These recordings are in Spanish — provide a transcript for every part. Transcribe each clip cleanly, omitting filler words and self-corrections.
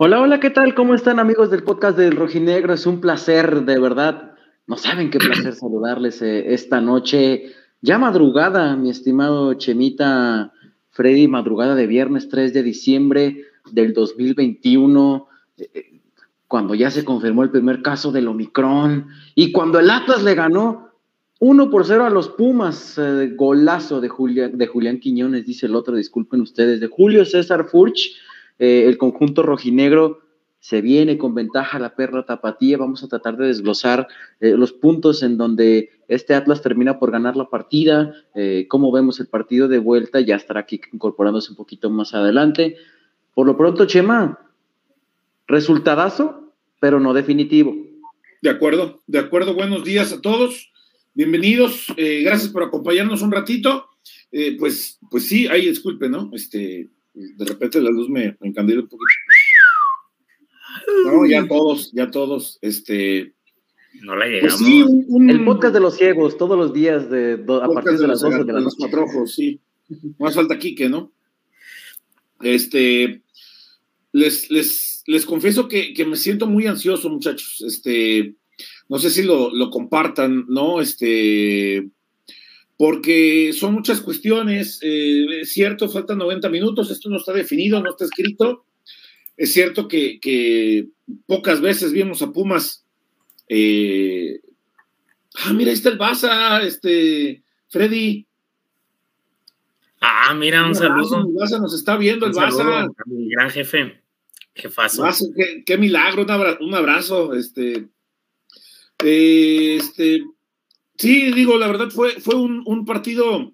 Hola, hola, ¿qué tal? ¿Cómo están, amigos del podcast del Rojinegro? Es un placer, de verdad. No saben qué placer saludarles esta noche. Ya madrugada, mi estimado Chemita Freddy, madrugada de viernes 3 de diciembre del 2021, cuando ya se confirmó el primer caso del Omicron y cuando el Atlas le ganó 1-0 a los Pumas. Golazo de Julián Quiñones, dice el otro, disculpen ustedes, de Julio César Furch. El conjunto rojinegro se viene con ventaja a la perra tapatía. Vamos a tratar de desglosar los puntos en donde este Atlas termina por ganar la partida, cómo vemos el partido de vuelta, ya estará aquí incorporándose un poquito más adelante. Por lo pronto, Chema, resultadazo, pero no definitivo. De acuerdo. Buenos días a todos. Bienvenidos. Gracias por acompañarnos un ratito. Pues sí, ahí disculpe, ¿no? De repente la luz me encandila un poquito. No, ya todos. No la llegamos. Pues sí, el podcast de los ciegos, todos los días a partir de las 12 de la noche. Los cuatro ojos, sí. Más falta Quique, ¿no? Les confieso que me siento muy ansioso, muchachos. No sé si lo compartan, ¿no? Porque son muchas cuestiones. Es cierto, faltan 90 minutos, esto no está definido, no está escrito. Es cierto que pocas veces vimos a Pumas. Mira, ahí está el Baza, Freddy. Mira, un saludo. El Baza nos está viendo, el Baza. Mi gran jefazo. Baza, qué milagro, un abrazo. Sí, digo, la verdad fue un partido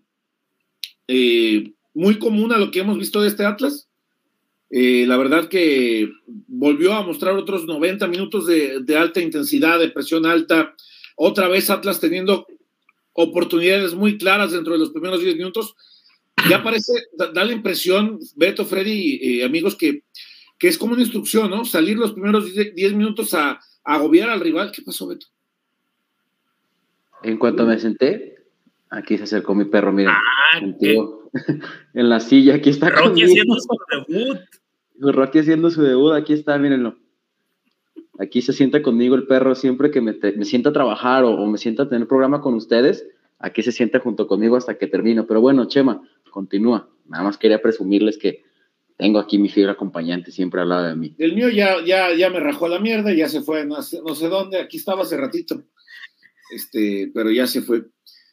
muy común a lo que hemos visto de este Atlas. La verdad que volvió a mostrar otros 90 minutos de alta intensidad, de presión alta. Otra vez Atlas teniendo oportunidades muy claras dentro de los primeros 10 minutos. Ya parece, da la impresión, Beto, Freddy, amigos, que es como una instrucción, ¿no? Salir los primeros 10 minutos a agobiar al rival. ¿Qué pasó, Beto? En cuanto me senté, aquí se acercó mi perro, miren. En la silla, aquí está Rocky haciendo su debut. Rocky haciendo su debut, aquí está, mírenlo. Aquí se sienta conmigo el perro siempre que me sienta a trabajar o me sienta a tener programa con ustedes. Aquí se sienta junto conmigo hasta que termino. Pero bueno, Chema, continúa. Nada más quería presumirles que tengo aquí mi fiel acompañante siempre al lado de mí. El mío ya me rajó la mierda, ya se fue, no sé dónde, aquí estaba hace ratito. Pero ya se fue.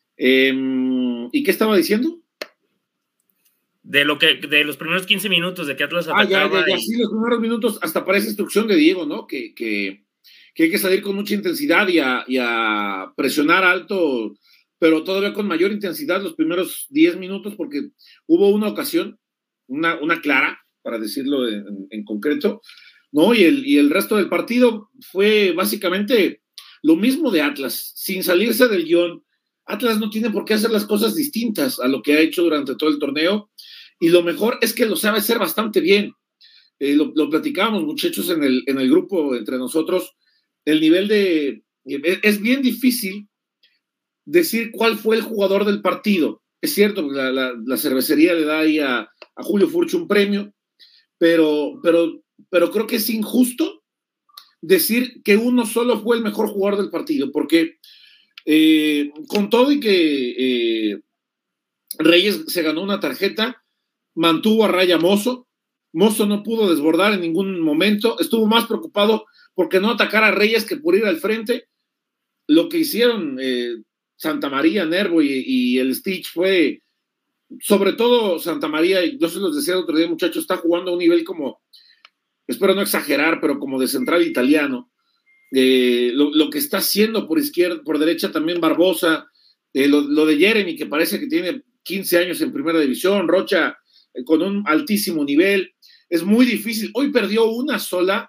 ¿Y qué estaba diciendo? De los primeros 15 minutos de que Atlas atacaba. Sí, los primeros minutos, hasta parece instrucción de Diego, ¿no? Que hay que salir con mucha intensidad y a presionar alto, pero todavía con mayor intensidad los primeros 10 minutos, porque hubo una ocasión, una clara, para decirlo en concreto, ¿no? Y el resto del partido fue básicamente lo mismo de Atlas, sin salirse del guión. Atlas no tiene por qué hacer las cosas distintas a lo que ha hecho durante todo el torneo, y lo mejor es que lo sabe hacer bastante bien. Lo platicábamos, muchachos, en el grupo entre nosotros. El nivel es bien difícil decir cuál fue el jugador del partido. Es cierto, la cervecería le da ahí a Julio Furch un premio, pero creo que es injusto decir que uno solo fue el mejor jugador del partido, porque con todo y que Reyes se ganó una tarjeta, mantuvo a raya Mozo. Mozo no pudo desbordar en ningún momento, estuvo más preocupado porque no atacara a Reyes que por ir al frente. Lo que hicieron Santa María, Nervo y el Stitch fue, sobre todo Santa María, yo se los decía el otro día, muchachos, está jugando a un nivel como, espero no exagerar, pero como de central italiano. Lo que está haciendo por izquierda, por derecha también Barbosa, lo de Jeremy, que parece que tiene 15 años en primera división, Rocha con un altísimo nivel, es muy difícil. Hoy perdió una sola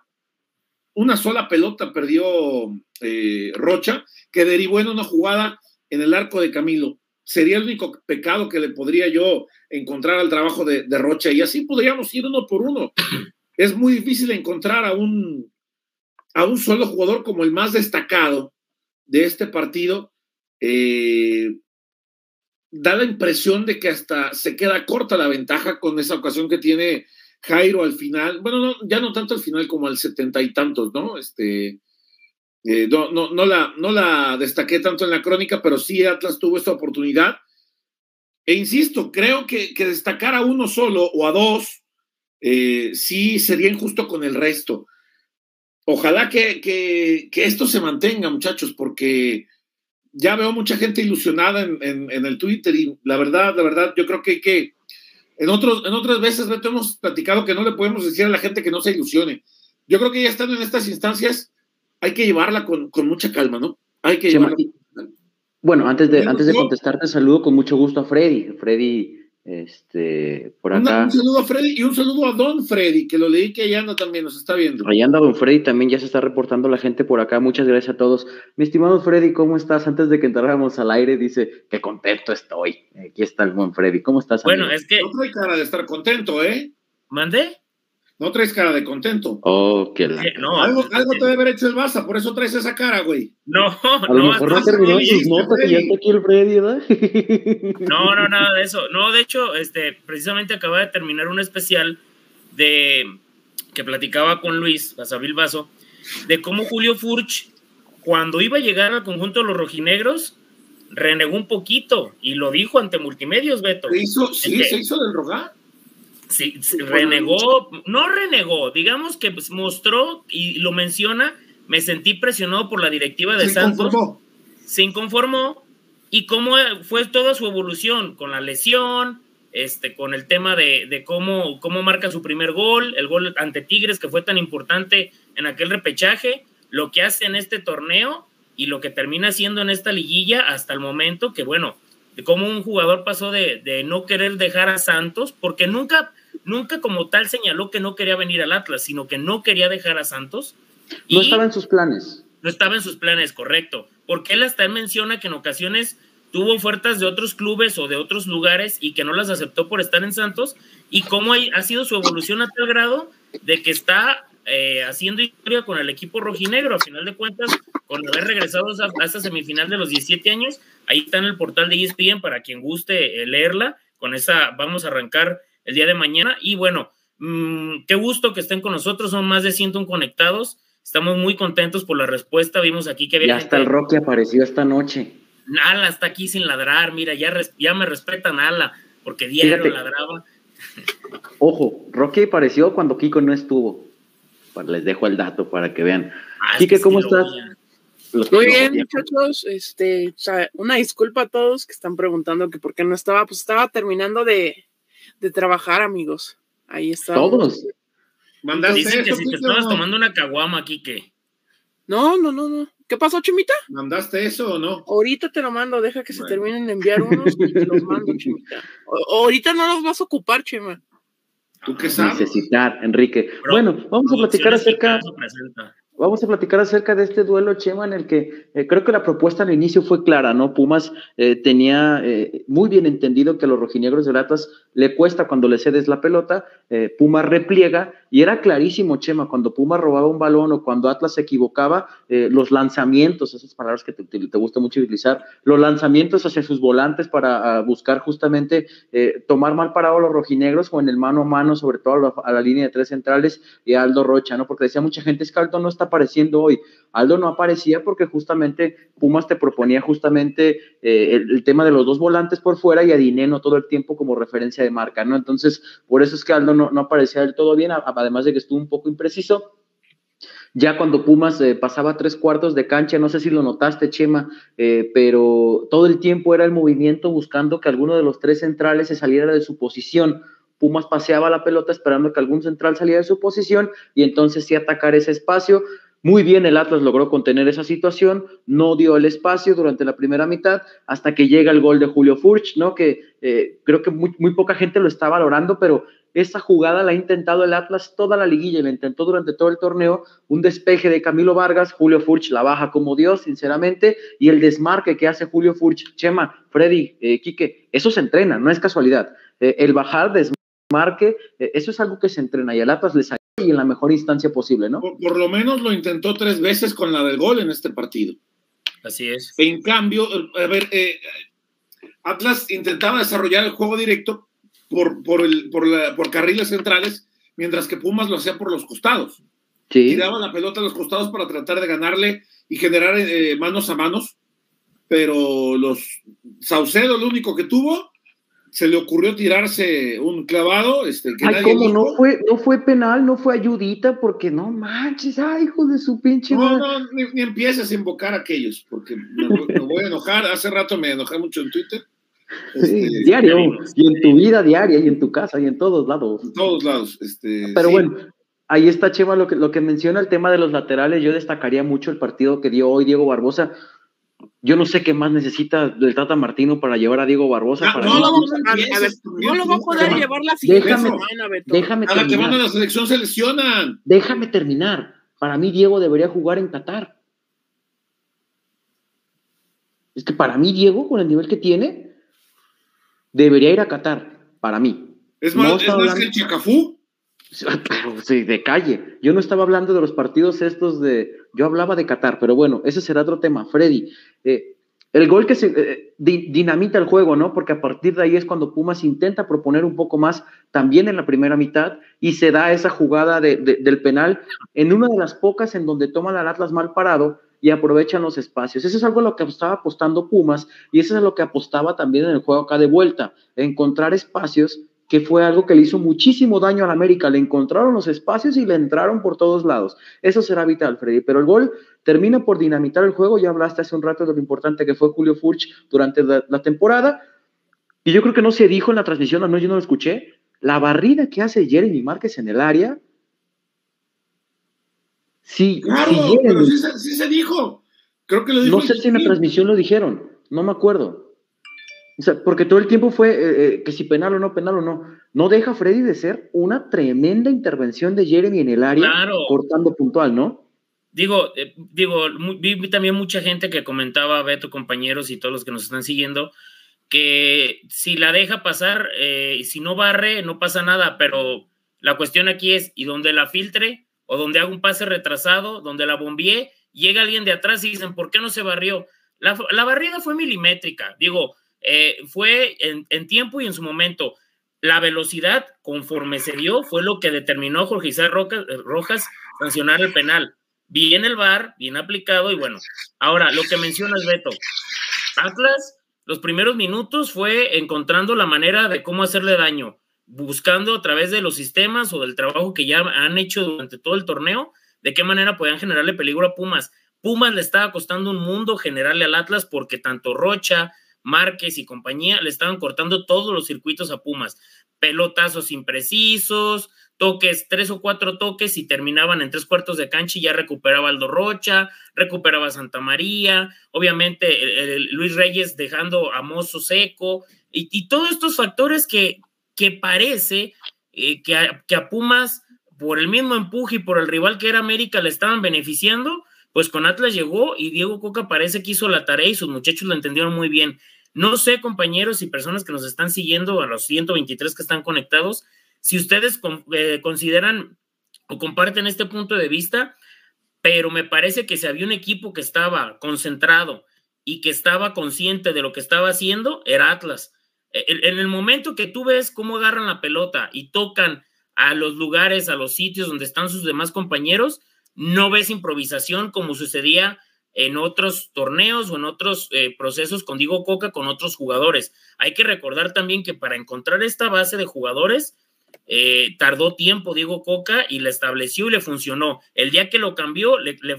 pelota, perdió Rocha, que derivó en una jugada en el arco de Camilo. Sería el único pecado que le podría yo encontrar al trabajo de Rocha, y así podríamos ir uno por uno. Es muy difícil encontrar a un solo jugador como el más destacado de este partido. Da la impresión de que hasta se queda corta la ventaja con esa ocasión que tiene Jairo al final, bueno, no, ya no tanto al final como al 70 y tantos, ¿no? No la destaqué tanto en la crónica, pero sí Atlas tuvo esta oportunidad. E insisto, creo que destacar a uno solo o a dos sí sería injusto con el resto. Ojalá que esto se mantenga, muchachos, porque ya veo mucha gente ilusionada en el Twitter y la verdad, yo creo que en otras veces, Beto, hemos platicado que no le podemos decir a la gente que no se ilusione. Yo creo que ya estando en estas instancias hay que llevarla con mucha calma, ¿no? Hay que llevarla. Bueno, antes de contestarte, saludo con mucho gusto a Freddy. Freddy, por acá. Un saludo a Freddy y un saludo a Don Freddy, que lo leí que ahí anda también, nos está viendo. Ahí anda Don Freddy, también ya se está reportando la gente por acá. Muchas gracias a todos. Mi estimado Freddy, ¿cómo estás? Antes de que entráramos al aire, dice, qué contento estoy. Aquí está el buen Freddy. ¿Cómo estás, bueno, amigo? Es que... No trae cara de estar contento, ¿eh? ¿Mandé? No traes cara de contento. Oh, qué no, algo te debe haber hecho el Barça, por eso traes esa cara, güey. No, a lo mejor no terminó sus notas y ya está aquí el Freddy, ¿verdad? No, nada de eso. No, de hecho, precisamente acaba de terminar un especial que platicaba con Luis Basabil Basso, de cómo Julio Furch, cuando iba a llegar al conjunto de los rojinegros, renegó un poquito y lo dijo ante Multimedios, Beto. ¿Se hizo del rogar? Sí, renegó, no renegó, digamos que mostró y lo menciona, me sentí presionado por la directiva de Santos. Se inconformó y cómo fue toda su evolución con la lesión, con el tema de cómo marca su primer gol, el gol ante Tigres que fue tan importante en aquel repechaje, lo que hace en este torneo y lo que termina haciendo en esta liguilla hasta el momento, que bueno, de cómo un jugador pasó de no querer dejar a Santos, porque nunca como tal señaló que no quería venir al Atlas, sino que no quería dejar a Santos. No estaba en sus planes. No estaba en sus planes, correcto. Porque él hasta menciona que en ocasiones tuvo ofertas de otros clubes o de otros lugares y que no las aceptó por estar en Santos, y cómo ha sido su evolución a tal grado de que está haciendo historia con el equipo rojinegro. A final de cuentas, con haber regresado a esta semifinal de los 17 años, ahí está en el portal de ESPN para quien guste leerla. Con esa vamos a arrancar el día de mañana. Y bueno, qué gusto que estén con nosotros. Son más de 101 conectados. Estamos muy contentos por la respuesta. Vimos aquí que había ya hasta el Rocky apareció esta noche. Ala está aquí sin ladrar. Mira, ya me respetan a Ala, porque diario ladraba. Ojo, Rocky apareció cuando Kiko no estuvo. Les dejo el dato para que vean. Quique, ¿cómo estás? Muy bien, muchachos. Una disculpa a todos que están preguntando que por qué no estaba. Pues estaba terminando de trabajar, amigos. Ahí está. Todos. Dicen que si te estabas tomando una caguama, Quique. No. ¿Qué pasó, Chimita? ¿Mandaste eso o no? Ahorita te lo mando, deja que se terminen de enviar unos y te los mando, Chimita. Ahorita no los vas a ocupar, Chima. ¿Tú qué sabes? Necesitar, Enrique. Bueno, vamos a platicar acerca de este duelo, Chema, en el que creo que la propuesta al inicio fue clara, ¿no? Pumas tenía muy bien entendido que a los rojinegros de Atlas le cuesta cuando le cedes la pelota, Pumas repliega, y era clarísimo, Chema, cuando Pumas robaba un balón o cuando Atlas se equivocaba, los lanzamientos, esas palabras que te gusta mucho utilizar, los lanzamientos hacia sus volantes para buscar justamente tomar mal parado a los rojinegros o en el mano a mano, sobre todo a la línea de tres centrales y a Aldo Rocha, ¿no? Porque decía mucha gente, es que Aldo no está apareciendo hoy. Aldo no aparecía porque justamente Pumas te proponía justamente el tema de los dos volantes por fuera y a Dineno todo el tiempo como referencia de marca, ¿no? Entonces, por eso es que Aldo no aparecía del todo bien, además de que estuvo un poco impreciso. Ya cuando Pumas pasaba 3/4 de cancha, no sé si lo notaste, Chema, pero todo el tiempo era el movimiento buscando que alguno de los tres centrales se saliera de su posición. Pumas paseaba la pelota esperando que algún central saliera de su posición y entonces sí atacar ese espacio. Muy bien el Atlas logró contener esa situación, no dio el espacio durante la primera mitad hasta que llega el gol de Julio Furch, ¿no? Que creo que muy poca gente lo está valorando, pero esa jugada la ha intentado el Atlas toda la liguilla y la intentó durante todo el torneo, un despeje de Camilo Vargas, Julio Furch la baja como Dios, sinceramente, y el desmarque que hace Julio Furch, Chema, Freddy, Quique, eso se entrena, no es casualidad. El bajar, desmarque, eso es algo que se entrena y el Atlas le salió y en la mejor instancia posible, ¿no? Por lo menos lo intentó 3 veces con la del gol en este partido. Así es. En cambio, Atlas intentaba desarrollar el juego directo por carriles centrales, mientras que Pumas lo hacía por los costados. Sí. Tiraba la pelota a los costados para tratar de ganarle y generar manos a manos, pero Saucedo, lo único que tuvo, se le ocurrió tirarse un clavado. Ay, ¿cómo? No fue penal, no fue ayudita, porque no manches, ay, hijo de su pinche madre. No, ni empieces a invocar a aquellos, porque me voy a enojar. Hace rato me enojé mucho en Twitter. Diario, y en tu vida diaria, y en tu casa, y en todos lados. En todos lados. Pero sí. Bueno, ahí está, Chema, lo que menciona el tema de los laterales. Yo destacaría mucho el partido que dio hoy Diego Barbosa. Yo no sé qué más necesita del Tata Martino para llevar a Diego Barbosa. No lo va a poder llevar la siguiente semana, Beto. Déjame terminar. Que van a la selección se lesionan. Déjame terminar. Para mí, Diego debería jugar en Qatar. Es que para mí, Diego, con el nivel que tiene, debería ir a Qatar. Para mí. ¿Es más que el Chacafú? Sí, de calle. Yo no estaba hablando de los partidos estos yo hablaba de Qatar, pero bueno, ese será otro tema. Freddy, el gol que se dinamita el juego, ¿no? Porque a partir de ahí es cuando Pumas intenta proponer un poco más también en la primera mitad y se da esa jugada del penal en una de las pocas en donde toma al Atlas mal parado y aprovechan los espacios. Eso es algo a lo que estaba apostando Pumas y eso es a lo que apostaba también en el juego acá de vuelta, encontrar espacios, que fue algo que le hizo muchísimo daño al América. Le encontraron los espacios y le entraron por todos lados. Eso será vital, Freddy. Pero el gol termina por dinamitar el juego. Ya hablaste hace un rato de lo importante que fue Julio Furch durante la temporada. Y yo creo que no se dijo en la transmisión, no, yo no lo escuché. La barrida que hace Jeremy Márquez en el área. Sí, claro, sí, pero sí se dijo. Creo que lo dijo. No sé si en la transmisión lo dijeron. No me acuerdo. O sea, porque todo el tiempo fue que si penal o no. No deja Freddy de ser una tremenda intervención de Jeremy en el área, claro, cortando puntual, ¿no? Digo, vi también mucha gente que comentaba, Beto, compañeros y todos los que nos están siguiendo, que si la deja pasar, si no barre, no pasa nada, pero la cuestión aquí es, y donde la filtre, o donde haga un pase retrasado, donde la bombee, llega alguien de atrás y dicen, ¿por qué no se barrió? La barrida fue milimétrica, digo, fue en tiempo y en su momento. La velocidad, conforme se dio, fue lo que determinó a Jorge Isaac Rojas sancionar el penal. Bien el VAR, bien aplicado, y bueno, ahora, lo que mencionas, Beto, Atlas, los primeros minutos fue encontrando la manera de cómo hacerle daño, buscando a través de los sistemas o del trabajo que ya han hecho durante todo el torneo, de qué manera podían generarle peligro a Pumas. Pumas le estaba costando un mundo generarle al Atlas porque tanto Rocha, Márquez y compañía le estaban cortando todos los circuitos a Pumas, pelotazos imprecisos, toques, 3 o 4 toques y terminaban en 3/4 de cancha y ya recuperaba Aldo Rocha, recuperaba Santa María, obviamente Luis Reyes dejando a Mozo seco y todos estos factores que parece que a Pumas por el mismo empuje y por el rival que era América le estaban beneficiando, pues con Atlas llegó y Diego Coca parece que hizo la tarea y sus muchachos lo entendieron muy bien. No sé, compañeros y personas que nos están siguiendo, a los 123 que están conectados, si ustedes consideran o comparten este punto de vista, pero me parece que si había un equipo que estaba concentrado y que estaba consciente de lo que estaba haciendo, era Atlas. En el momento que tú ves cómo agarran la pelota y tocan a los lugares, a los sitios donde están sus demás compañeros, no ves improvisación como sucedía en otros torneos o en otros procesos con Diego Coca, con otros jugadores. Hay que recordar también que para encontrar esta base de jugadores tardó tiempo Diego Coca y la estableció y le funcionó. El día que lo cambió,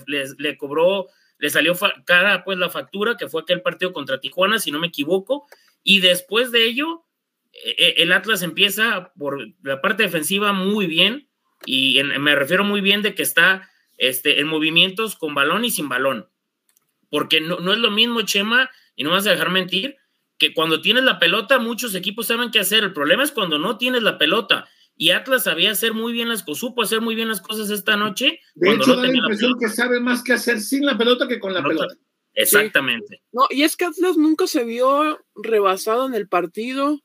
le cobró, le salió cara pues la factura, que fue aquel partido contra Tijuana, si no me equivoco, y después de ello, el Atlas empieza por la parte defensiva muy bien, y me refiero muy bien de que está en movimientos con balón y sin balón. Porque no es lo mismo, Chema, y no vas a dejar mentir, que cuando tienes la pelota, muchos equipos saben qué hacer. El problema es cuando no tienes la pelota. Y Atlas sabía hacer muy bien supo hacer muy bien las cosas esta noche. De hecho, da la impresión que sabe más qué hacer sin la pelota que con la pelota. Exactamente. Sí. No, y es que Atlas nunca se vio rebasado en el partido,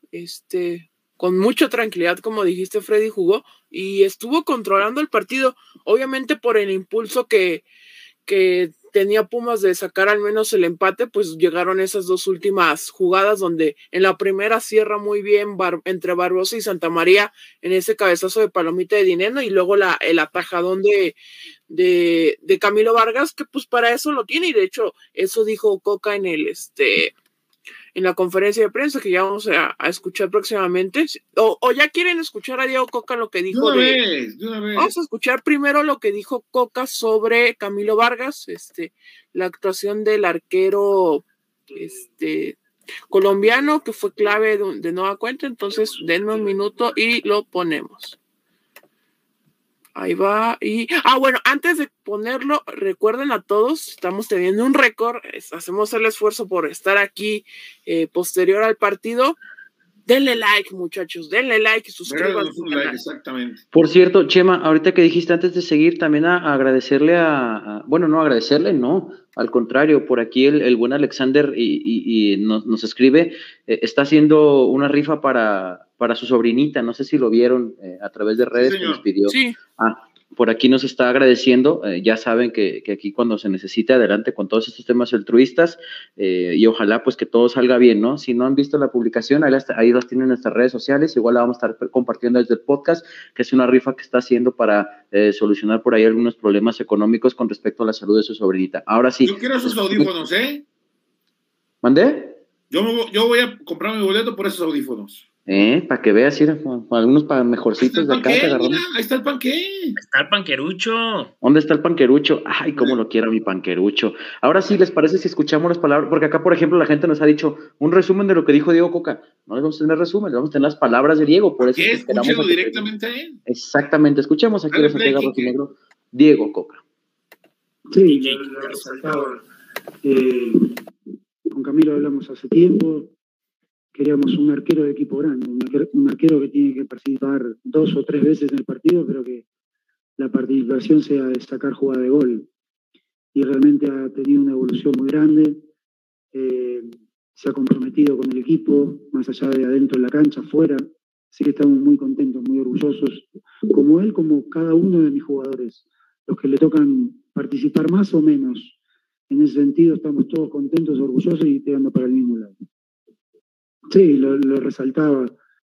con mucha tranquilidad, como dijiste, Freddy jugó y estuvo controlando el partido, obviamente por el impulso que tenía Pumas de sacar al menos el empate, pues llegaron esas dos últimas jugadas donde en la primera cierra muy bien entre Barbosa y Santa María en ese cabezazo de palomita de Dineno, y luego el atajadón de Camilo Vargas, que pues para eso lo tiene, y de hecho eso dijo Coca en la conferencia de prensa que ya vamos a escuchar próximamente, o ya quieren escuchar a Diego Coca lo que dijo de una vez. Vamos a escuchar primero lo que dijo Coca sobre Camilo Vargas, la actuación del arquero colombiano, que fue clave de nueva cuenta. Entonces denme un minuto y lo ponemos. Ahí va. Bueno, antes de ponerlo, recuerden a todos, estamos teniendo un récord, hacemos el esfuerzo por estar aquí posterior al partido. Denle like, muchachos, denle like y suscríbanse. Exactamente. Por cierto, Chema, ahorita que dijiste antes de seguir, también a agradecerle al contrario, por aquí el buen Alexander y nos escribe, está haciendo una rifa para su sobrinita, no sé si lo vieron a través de redes, que nos pidió. Sí. Por aquí nos está agradeciendo, ya saben que aquí cuando se necesite, adelante con todos estos temas altruistas, y ojalá pues que todo salga bien, ¿no? Si no han visto la publicación, ahí las tienen en nuestras redes sociales, igual la vamos a estar compartiendo desde el podcast, que es una rifa que está haciendo para solucionar por ahí algunos problemas económicos con respecto a la salud de su sobrinita. Ahora sí. Yo quiero esos audífonos, ¿eh? ¿Mandé? Yo voy a comprar mi boleto por esos audífonos. Para que veas, algunos para mejorcitos de acá. Ahí está el panqué. Está el panquerucho. ¿Dónde está el panquerucho? Ay, cómo lo quiero mi panquerucho. Ahora sí, ¿les parece si escuchamos las palabras? Porque acá, por ejemplo, la gente nos ha dicho un resumen de lo que dijo Diego Coca. No les vamos a tener resumen, les vamos a tener las palabras de Diego. Por eso escúchenlo directamente a él. Exactamente, escuchemos aquí los Ortega Rojinegro, Diego Coca. Sí, lo resaltaba. Con Camilo hablamos hace tiempo. Queríamos un arquero de equipo grande, un arquero que tiene que participar 2 o 3 veces en el partido, pero que la participación sea de sacar jugada de gol. Y realmente ha tenido una evolución muy grande, se ha comprometido con el equipo, más allá de adentro de la cancha, afuera. Así que estamos muy contentos, muy orgullosos, como él, como cada uno de mis jugadores, los que le tocan participar más o menos. En ese sentido estamos todos contentos, orgullosos y tirando para el mismo lado. Sí, lo resaltaba.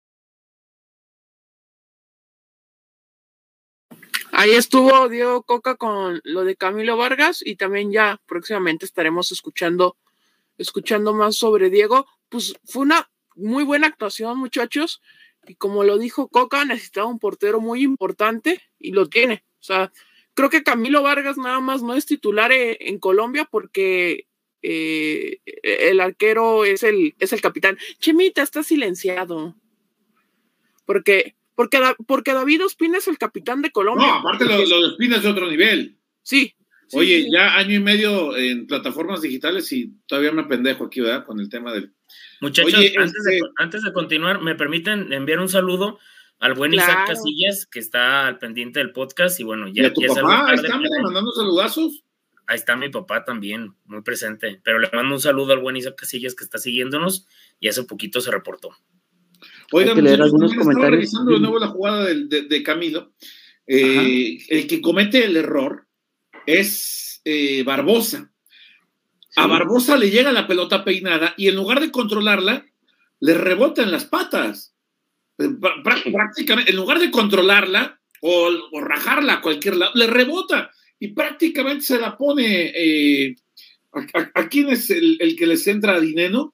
Ahí estuvo Diego Coca con lo de Camilo Vargas, y también ya próximamente estaremos escuchando más sobre Diego. Pues fue una muy buena actuación, muchachos, y como lo dijo Coca, necesitaba un portero muy importante y lo tiene. O sea, creo que Camilo Vargas nada más no es titular en Colombia porque el arquero es el capitán. Chemita, está silenciado. Porque David Ospina es el capitán de Colombia. No, aparte lo de Ospina es de otro nivel. Sí. Oye, sí. Ya año y medio en plataformas digitales y todavía me pendejo aquí, ¿verdad? Con el tema del... Muchachos, antes de continuar, ¿me permiten enviar un saludo al buen Isaac Casillas, que está al pendiente del podcast? Y bueno, ya... ¿Y a tu papá? ¿Están mandando saludazos? Ahí está mi papá también, muy presente. Pero le mando un saludo al buen Isaac Casillas, que está siguiéndonos, y hace poquito se reportó. Oigan, hay que leer algunos comentarios. Revisando de nuevo la jugada de Camilo. El que comete el error es Barbosa. Sí. A Barbosa le llega la pelota peinada y en lugar de controlarla, le rebota en las patas. Prácticamente, en lugar de controlarla o rajarla a cualquier lado, le rebota. Y prácticamente se la pone ¿a quién es el que les entra a Dineno?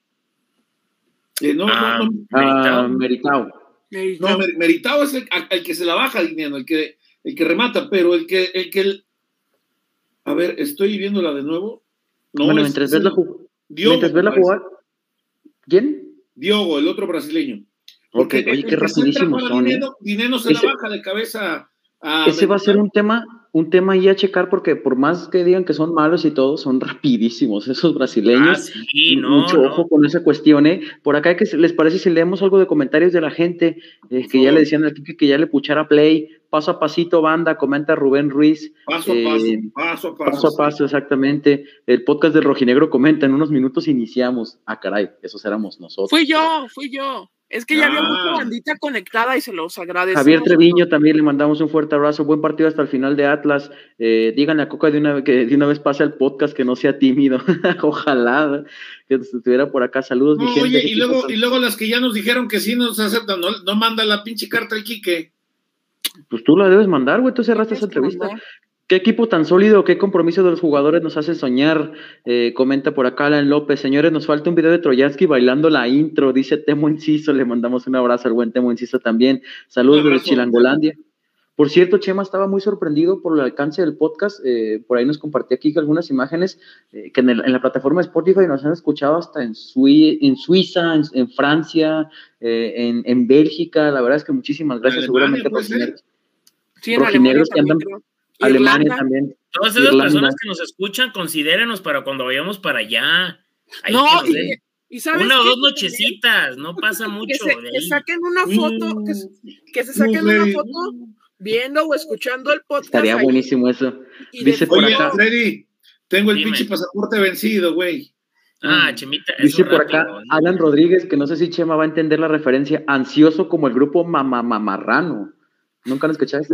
Meritao. No, Meritao es el que se la baja a Dineno, el que remata, pero el que a ver, estoy viéndola de nuevo. No, bueno, mientras ves la jugada. ¿Quién? Diogo, el otro brasileño. Porque oye, qué rapidísimos son. Dineno se la baja de cabeza. Ese va a ser un tema ahí a checar, porque por más que digan que son malos y todo, son rapidísimos esos brasileños. Mucho ojo con esa cuestión, Por acá, ¿les parece si leemos algo de comentarios de la gente? Que ya le decían al Kike que ya le puchara play, paso a pasito, banda, comenta Rubén Ruiz. Paso a paso, exactamente. El podcast del Rojinegro comenta, en unos minutos iniciamos. Ah, caray, esos éramos nosotros. Fui yo. Es que ya había mucha bandita conectada y se los agradecemos. Javier Treviño también le mandamos un fuerte abrazo. Buen partido hasta el final de Atlas. Díganle a Coca que de una vez pase al podcast, que no sea tímido. Ojalá que estuviera por acá. Saludos, mi gente. Oye, y luego las que ya nos dijeron que sí nos aceptan, no manda la pinche carta el Quique. Pues tú la debes mandar, güey. Tú cerraste esa entrevista. ¿Qué equipo tan sólido, qué compromiso de los jugadores nos hace soñar? Comenta por acá Alan López. Señores, nos falta un video de Troyansky bailando la intro, dice Temo Enciso. Le mandamos un abrazo al buen Temo Enciso también. Saludos desde Chilangolandia. Por cierto, Chema estaba muy sorprendido por el alcance del podcast. Por ahí nos compartí aquí algunas imágenes que en la plataforma de Spotify nos han escuchado hasta en Suiza, en Francia, en Bélgica. La verdad es que muchísimas gracias. Alemania, Seguramente rojinegros que andan... Alemania también. Todas esas personas que nos escuchan, considérenos para cuando vayamos para allá. Y ¿sabes una o dos nochecitas, no pasa mucho. Que saquen una foto, que se saquen una foto viendo o escuchando el podcast. Estaría buenísimo eso. Dice por acá, Freddy, tengo el pinche pasaporte vencido, güey. Chemita. Dice por acá Alan Rodríguez, que no sé si Chema va a entender la referencia, ansioso como el grupo Mamarrano. ¿Nunca lo escuchaste?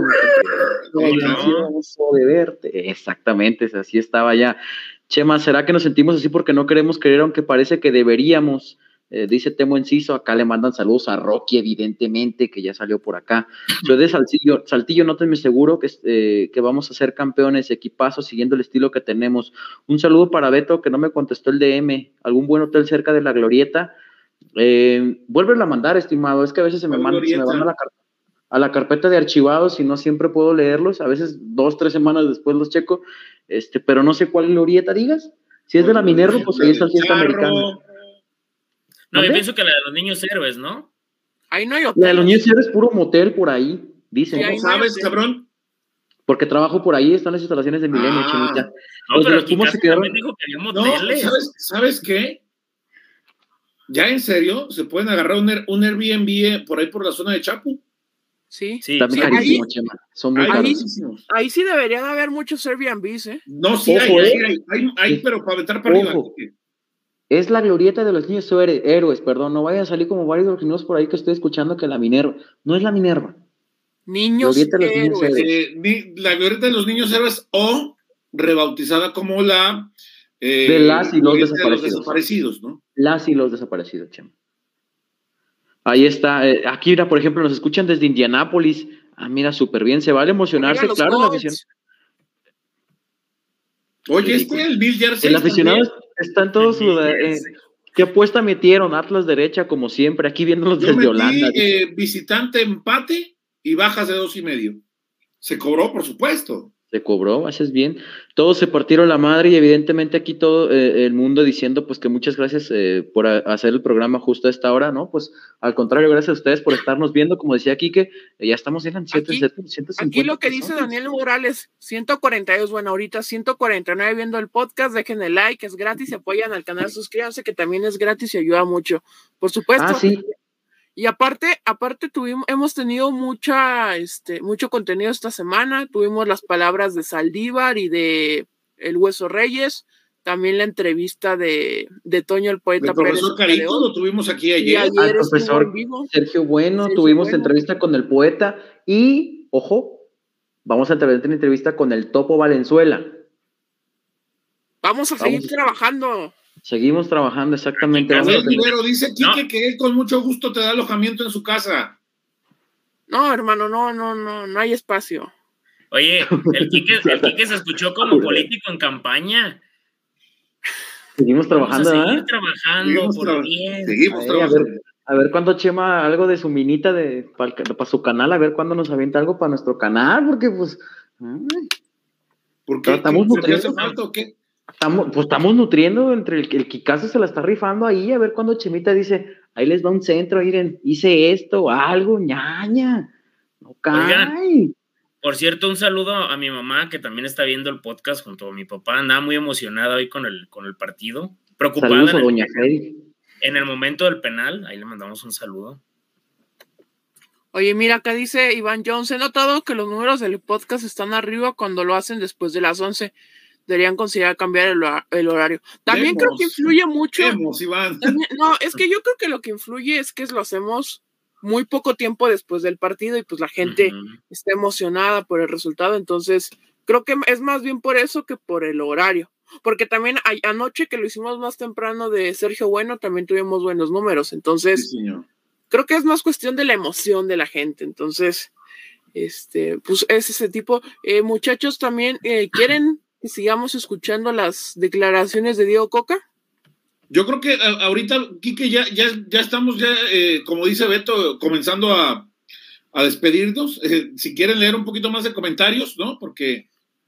Ansioso de verte. Exactamente, así estaba ya. Chema, ¿será que nos sentimos así porque no queremos creer, aunque parece que deberíamos? Dice Temo Enciso, acá le mandan saludos a Rocky, evidentemente, que ya salió por acá. Yo de Saltillo, nótenme seguro que vamos a ser campeones, equipazo, siguiendo el estilo que tenemos. Un saludo para Beto, que no me contestó el DM. ¿Algún buen hotel cerca de la Glorieta? Vuélvelo a mandar, estimado. Es que a veces se me van a la carpeta de archivados y no siempre puedo leerlos, a veces 2-3 semanas después los checo, pero no sé cuál glorieta digas. Si es de la Minerva, pues ahí está el fiesta americana. No, yo pienso que la de los niños héroes, ¿no? Ahí no hay hotel. La de los niños héroes es puro motel por ahí, dicen. ¿Cómo sabes, cabrón? Porque trabajo por ahí, están las instalaciones de Milenio, Chemita. No, pero los Pumas se quedaron. Dijo que había moteles. No, ¿sabes qué? Ya en serio, se pueden agarrar un Airbnb por ahí por la zona de Chapu. Sí. También carísimo, Chema. Son muy carísimos. Ahí sí deberían haber muchos Airbnbs, ¿eh? No, sí, hay, pero para aventar para arriba. Es la glorieta de los niños héroes, perdón. No vayan a salir como varios orginos por ahí que estoy escuchando que la Minerva. No es la Minerva. Niños héroes. La glorieta de los niños héroes, o rebautizada como la de las y los desaparecidos, ¿no? Las y los desaparecidos, Chema. Ahí está. Aquí, mira, por ejemplo, nos escuchan desde Indianápolis. Mira, súper bien. Se vale emocionarse, claro, la afición. Oye, el Bill Jersey. El aficionado está en todos sus. ¿Qué apuesta metieron? Atlas derecha, como siempre. Aquí viéndolos desde Holanda. Visitante empate y bajas de 2.5. Se cobró, por supuesto. Se cobró, haces bien. Todos se partieron la madre y evidentemente aquí todo el mundo diciendo pues que muchas gracias por hacer el programa justo a esta hora, ¿no? Pues al contrario, gracias a ustedes por estarnos viendo. Como decía Quique, ya estamos en 150. Aquí lo que dice Daniel Morales, 142, bueno, ahorita 149 viendo el podcast, dejen el like, es gratis, se apoyan al canal, suscríbanse, que también es gratis y ayuda mucho. Por supuesto. Sí. Y aparte hemos tenido mucho contenido esta semana. Tuvimos las palabras de Saldívar y de El Hueso Reyes, también la entrevista de Toño el Poeta el profesor Pérez. Carito lo tuvimos aquí ayer. Al profesor Sergio Bueno, tuvimos entrevista con el poeta y, ojo, vamos a tener una entrevista con el Topo Valenzuela. Vamos a seguir trabajando. Seguimos trabajando, exactamente. Pero dice Quique que él con mucho gusto te da alojamiento en su casa. No, hermano, no hay espacio. Oye, el Quique se escuchó como político en campaña. Seguimos trabajando, seguimos trabajando. A ver cuándo Chema algo de su minita para su canal, a ver cuándo nos avienta algo para nuestro canal, porque pues... ¿Por qué? Estamos ¿Hace falta o qué? Estamos nutriendo entre el Kikazo se la está rifando ahí, a ver cuando Chemita dice, ahí les va un centro, miren, hice esto, algo, ñaña, no cae. Por cierto, un saludo a mi mamá que también está viendo el podcast junto a mi papá, andaba muy emocionada hoy con el partido, preocupada. Saludos a doña Freddy. En el momento del penal, ahí le mandamos un saludo. Oye, mira, acá dice Iván Jones, he notado que los números del podcast están arriba cuando lo hacen después de las 11. deberían considerar cambiar el horario. También creo que influye mucho. También, no, es que yo creo que lo que influye es que lo hacemos muy poco tiempo después del partido y pues la gente está emocionada por el resultado, entonces creo que es más bien por eso que por el horario. Porque también anoche que lo hicimos más temprano de Sergio Bueno, también tuvimos buenos números. Entonces, sí, creo que es más cuestión de la emoción de la gente. Entonces, pues es ese tipo. Muchachos, también ¿quieren que sigamos escuchando las declaraciones de Diego Coca? Yo creo que ahorita, Quique, ya estamos, como dice Beto, comenzando a despedirnos. Si quieren leer un poquito más de comentarios, ¿no? Porque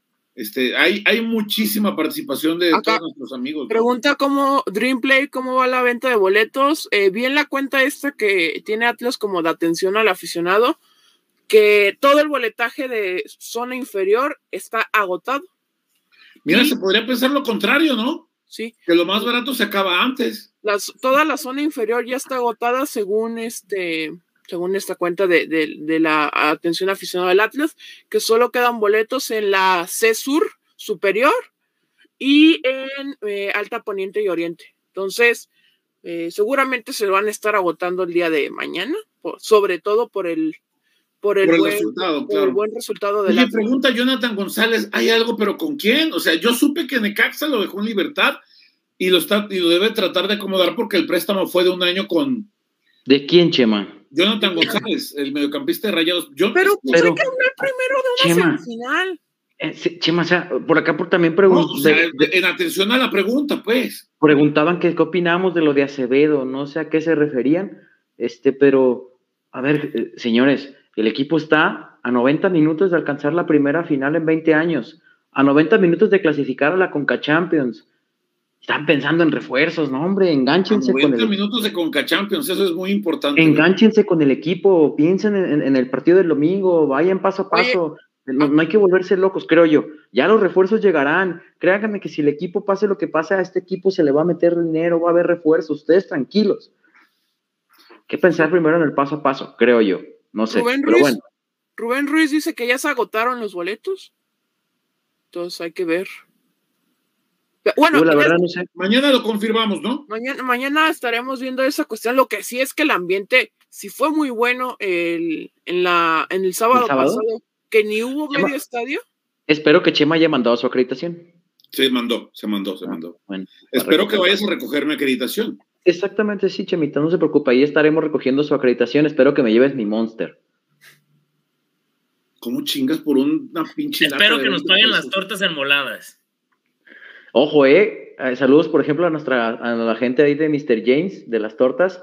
hay muchísima participación de todos nuestros amigos, ¿no? Pregunta Dreamplay, ¿cómo va la venta de boletos? Vi en la cuenta esta que tiene Atlas como de atención al aficionado, que todo el boletaje de zona inferior está agotado. Mira, se podría pensar lo contrario, ¿no? Sí. Que lo más barato se acaba antes. Toda la zona inferior ya está agotada según esta cuenta de la atención aficionada del Atlas, que solo quedan boletos en la C Sur superior y en Alta Poniente y Oriente. Entonces, seguramente se van a estar agotando el día de mañana, sobre todo por el resultado, claro. El buen resultado del Atlas. Pregunta Jonathan González, ¿hay algo pero con quién? O sea, yo supe que Necaxa lo dejó en libertad y lo debe tratar de acomodar porque el préstamo fue de un año con... ¿De quién, Chema? Jonathan González, el mediocampista de Rayados. Pero hay que hablar primero de una semifinal. Chema, o sea, por acá también preguntaban. En atención a la pregunta, pues. Preguntaban qué opinábamos de lo de Acevedo, no sé a qué se referían, pero, a ver, señores, el equipo está a 90 minutos de alcanzar la primera final en 20 años, a 90 minutos de clasificar a la Conca Champions. Están pensando en refuerzos, no, hombre, enganchense con 90 minutos de Conca Champions, eso es muy importante. Enganchense con el equipo, piensen en el partido del domingo, vayan paso a paso. No hay que volverse locos, creo yo. Ya los refuerzos llegarán. Créanme que si el equipo pase lo que pase, a este equipo se le va a meter dinero, va a haber refuerzos. Ustedes tranquilos. Hay que pensar primero en el paso a paso, creo yo. No sé, Rubén Ruiz dice que ya se agotaron los boletos. Entonces hay que ver. Bueno, yo la verdad no sé. Mañana lo confirmamos, ¿no? Mañana estaremos viendo esa cuestión. Lo que sí es que el ambiente sí fue muy bueno en el sábado pasado, que ni hubo medio estadio. Espero que Chema haya mandado su acreditación. Se mandó. Bueno, espero que vayas a recoger mi acreditación. Exactamente, sí, Chemita, no se preocupe, ahí estaremos recogiendo su acreditación. Espero que me lleves mi Monster. ¿Cómo chingas por una pinche Espero que nos paguen las tortas enmoladas. Ojo, saludos, por ejemplo, a la gente ahí de Mr. James, de las tortas.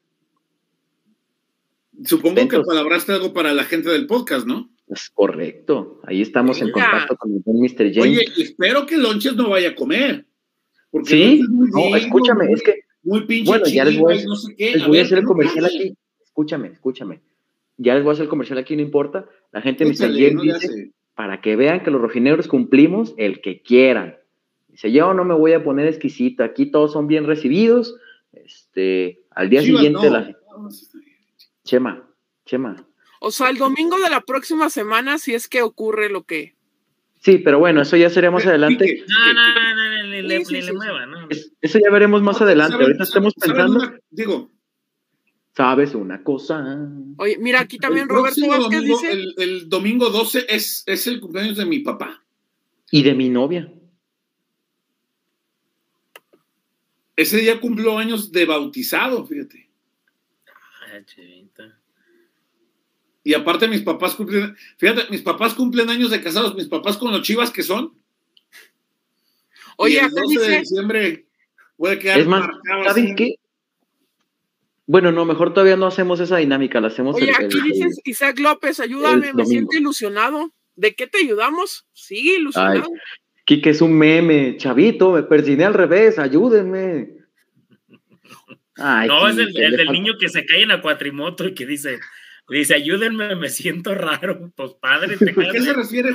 Supongo que palabraste algo para la gente del podcast, ¿no? Es correcto, ahí estamos en contacto con el Mr. James. Oye, espero que Lonches no vaya a comer. Porque sí, no, escúchame, es que... Muy pinche bueno, ya les voy, no sé qué. Les voy a hacer el comercial aquí. Escúchame. Ya les voy a hacer el comercial aquí, no importa. La gente de Mr. James dice, para que vean que los rojinegros cumplimos el que quieran. Dice, yo no me voy a poner exquisito, aquí todos son bien recibidos. Al día siguiente Chema. O sea, el domingo de la próxima semana, si es que ocurre lo que... Sí, pero bueno, eso ya será más adelante. No, le mueva, ¿no? Eso ya veremos más adelante. Ahorita estamos pensando... ¿Sabes una cosa? Oye, mira, aquí también Roberto Vázquez dice... El domingo 12 es el cumpleaños de mi papá. Y de mi novia. Ese día cumplió años de bautizado, fíjate. Chivita. Y aparte mis papás cumplen años de casados, mis papás con los chivas que son. Oye, y el 12 de diciembre puede quedar es más, ¿saben qué? Bueno, no, mejor todavía no hacemos esa dinámica, la hacemos. Oye, aquí dices, Isaac López, ayúdame, me siento ilusionado. ¿De qué te ayudamos? Sigue ilusionado. Ay, Quique es un meme, chavito, me persiné al revés, ayúdenme. Ay, no, Quique, es el del niño que se cae en la cuatrimoto y que dice, ayúdenme, me siento raro. Pues padre, ¿a qué se refiere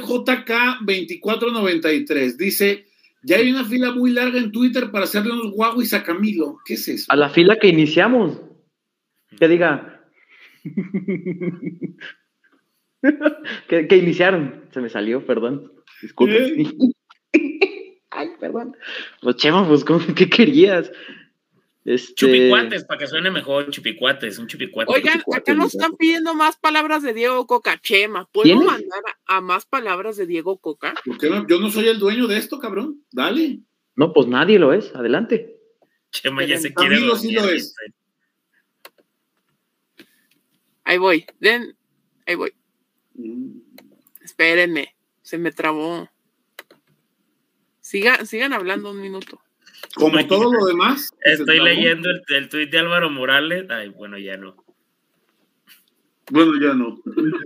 JK2493? Dice, ya hay una fila muy larga en Twitter para hacerle unos guaguis a Camilo. ¿Qué es eso? A la fila que iniciamos. Que diga. que iniciaron. Se me salió, perdón. Disculpen. Ay, perdón. Pues Chema, pues, ¿qué querías? Chupicuates, para que suene mejor, chupicuates, un chupicuate. Oigan, acá nos están pidiendo más palabras de Diego Coca. Chema, ¿puedo mandar a más palabras de Diego Coca? ¿Por qué no? Yo no soy el dueño de esto, cabrón. Dale. No, pues nadie lo es. Adelante. Chema ya se quiere dormir. Sí lo es. Ahí voy. Ahí voy. Espérenme. Se me trabó. Sigan hablando un minuto. Como todo lo demás. Estoy leyendo el tuit de Álvaro Morales. Ay, bueno, ya no. Bueno, ya no.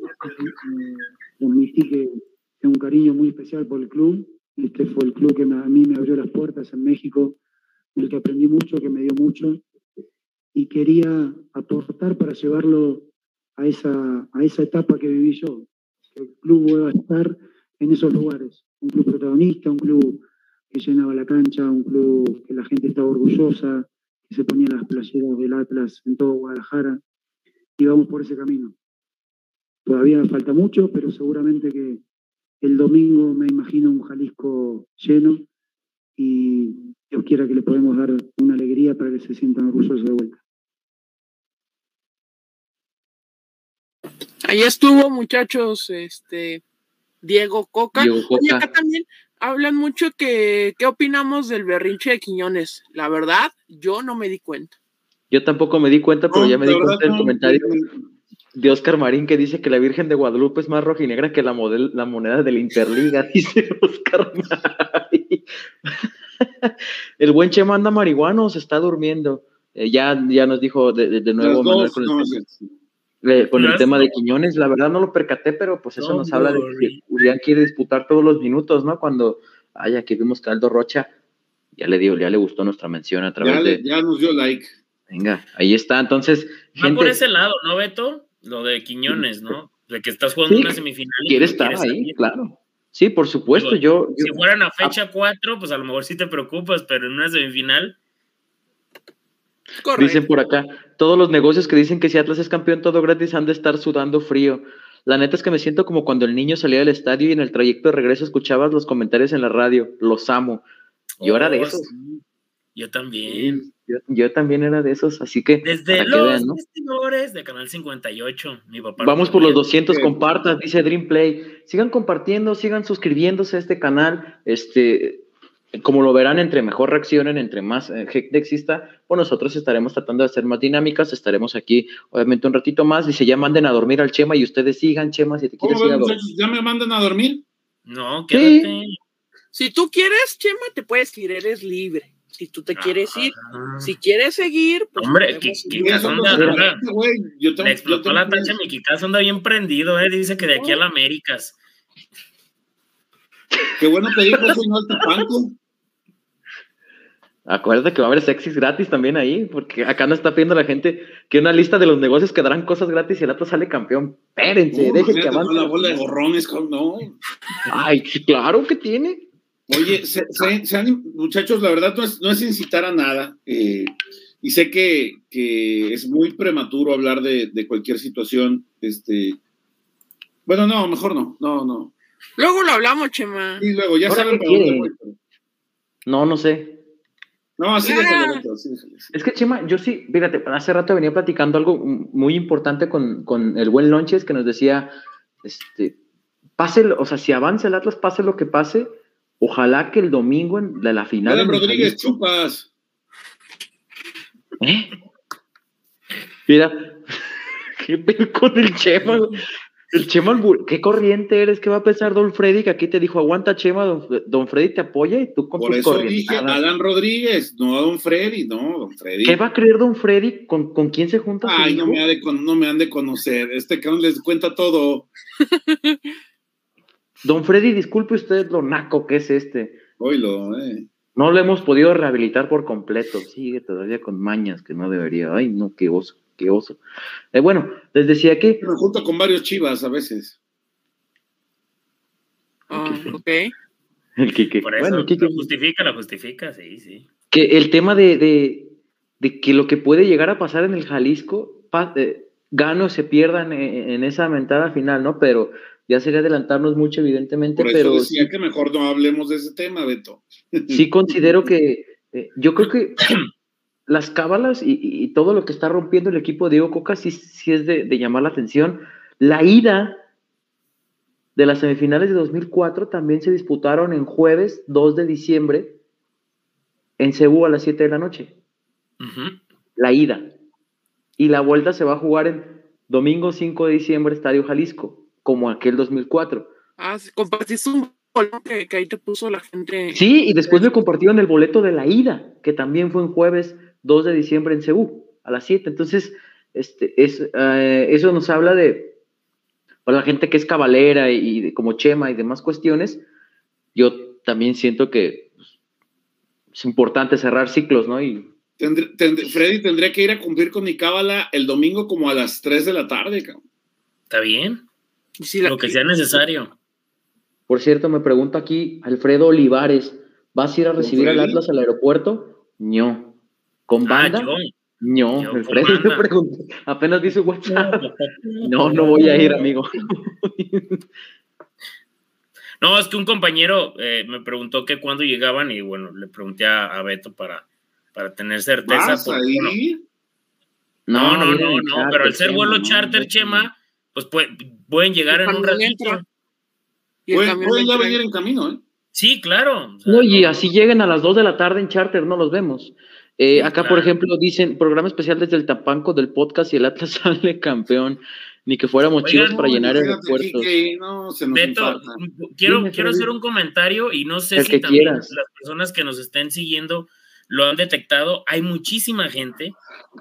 Admití que tengo un cariño muy especial por el club. Este fue el club que a mí me abrió las puertas en México, en el que aprendí mucho, que me dio mucho, y quería aportar para llevarlo a esa etapa que viví yo. Que el club vuelva a estar en esos lugares. Un club protagonista, un club que llenaba la cancha, un club que la gente estaba orgullosa, que se ponían las playeras del Atlas en todo Guadalajara, y vamos por ese camino. Todavía nos falta mucho, pero seguramente que el domingo me imagino un Jalisco lleno, y Dios quiera que le podemos dar una alegría para que se sientan orgullosos de vuelta. Ahí estuvo, muchachos, Diego Coca. Y acá también hablan mucho qué opinamos del berrinche de Quiñones. La verdad, yo no me di cuenta. Yo tampoco me di cuenta, pero ya me di cuenta del comentario de Oscar Marín, que dice que la Virgen de Guadalupe es más rojinegra que la moneda de la Interliga, dice Oscar Marín. El buen Chema anda marihuano, se está durmiendo. Ya nos dijo de nuevo Manuel con el tema de Quiñones. La verdad no lo percaté, pero pues eso nos habla de que Julián quiere disputar todos los minutos, ¿no? Cuando que vimos que Aldo Rocha ya le gustó nuestra mención a través ya nos dio like. Venga, ahí está, entonces. Va por ese lado, ¿no, Beto? Lo de Quiñones, ¿no? De que estás jugando una semifinal. Quiere estar ahí, salir. Claro. Sí, por supuesto. Digo, si fueran a fecha 4, pues a lo mejor sí te preocupas, pero en una semifinal. Correcto. Dicen por acá, todos los negocios que dicen que si Atlas es campeón todo gratis han de estar sudando frío. La neta es que me siento como cuando el niño salía del estadio y en el trayecto de regreso escuchabas los comentarios en la radio. Los amo. Yo era de esos. Sí. Yo también. Yo también era de esos, así que. Desde los vestidores de Canal 58, mi papá. Vamos por los 200, compartan, dice Dream Play. Sigan compartiendo, sigan suscribiéndose a este canal. Como lo verán, entre mejor reaccionen, entre más gente exista, pues nosotros estaremos tratando de hacer más dinámicas, estaremos aquí, obviamente, un ratito más. Dice, ya manden a dormir al Chema y ustedes sigan, Chema, si te quieres ir a dormir. ¿Ya me mandan a dormir? No, quédate. Sí. Si tú quieres, Chema, te puedes ir, eres libre. Si tú te quieres ir, si quieres seguir, pues. Hombre, Kikazo anda. Le explotó la tacha, mi Kikazo anda bien prendido, dice que de aquí a la Américas. Qué bueno que dijo eso, no el Tapanco. Acuérdate que va a haber sexys gratis también ahí, porque acá no está pidiendo la gente que una lista de los negocios que darán cosas gratis y el otro sale campeón. Espérense, dejen que avance. La bola de gorrones, no. Ay, claro que tiene. Oye, muchachos, la verdad no es incitar a nada, y sé que es muy prematuro hablar de cualquier situación, bueno, no, mejor no. Luego lo hablamos, Chema. Y luego, ya saben para dónde voy. No sé. No, así déjalo. Es que, Chema, yo sí, fíjate, hace rato venía platicando algo muy importante con el buen Lonches, que nos decía, pase, o sea, si avanza el Atlas, pase lo que pase, ojalá que el domingo de la final. Adam Rodríguez, chupas. Mira, qué pedo con el Chema. El Chema, qué corriente eres, ¿qué va a pensar Don Freddy? Que aquí te dijo, aguanta Chema, Don Freddy te apoya y tú con por tus corrientes. Por eso dije Adam Rodríguez, no a Don Freddy, no, Don Freddy. ¿Qué va a creer Don Freddy? ¿Con quién se junta? Ay, no me han de conocer, cabrón les cuenta todo. Don Freddy, disculpe usted lo naco que es Oílo, No lo hemos podido rehabilitar por completo, sigue todavía con mañas que no debería. Ay, no, qué oso. Bueno, les decía que... Me junto con varios chivas a veces. Ok. El Quique. Por eso, bueno, Quique. Lo justifica, sí. Que el tema de que lo que puede llegar a pasar en el Jalisco, gane o se pierdan en esa mentada final, ¿no? Pero ya sería adelantarnos mucho, evidentemente, por eso pero decía que mejor no hablemos de ese tema, Beto. Sí considero que, yo creo que las cábalas y todo lo que está rompiendo el equipo de Diego Coca sí es de llamar la atención. La ida de las semifinales de 2004 también se disputaron en jueves 2 de diciembre en Cebú a las 7 de la noche. La ida. Y la vuelta se va a jugar en domingo 5 de diciembre, Estadio Jalisco, como aquel 2004. Sí, compartiste un boleto que ahí te puso la gente. Sí, y después me compartieron el boleto de la ida, que también fue en jueves 2 de diciembre en Cebú, a las 7. Entonces, eso nos habla de, para la gente que es cabalera y como Chema y demás cuestiones, yo también siento que es importante cerrar ciclos, ¿no? Y Freddy tendría que ir a cumplir con mi cábala el domingo como a las 3 de la tarde, cabrón. Está bien. Sí, lo que sea necesario. Por cierto, me pregunta aquí Alfredo Olivares, ¿vas a ir a recibir al Atlas al aeropuerto? No. ¿Con banda? No, Alfredo me preguntó, apenas vi su WhatsApp. No voy a ir, amigo. No, es que un compañero me preguntó que cuándo llegaban y bueno, le pregunté a Beto para tener certeza. ¿Vas a ir? No, pero al ser vuelo charter, Chema, pues pueden llegar en un ratito. Pueden ya venir en camino, ¿eh? Sí, claro. O sea, y así lleguen a las 2 de la tarde en charter, no los vemos. Sí, acá, claro. Por ejemplo, dicen, programa especial desde el Tapanco del podcast y el Atlas sale campeón. Ni que fuéramos chivos para llenar aeropuertos. Beto, quiero hacer un comentario y no sé si también las personas que nos estén siguiendo lo han detectado. Hay muchísima gente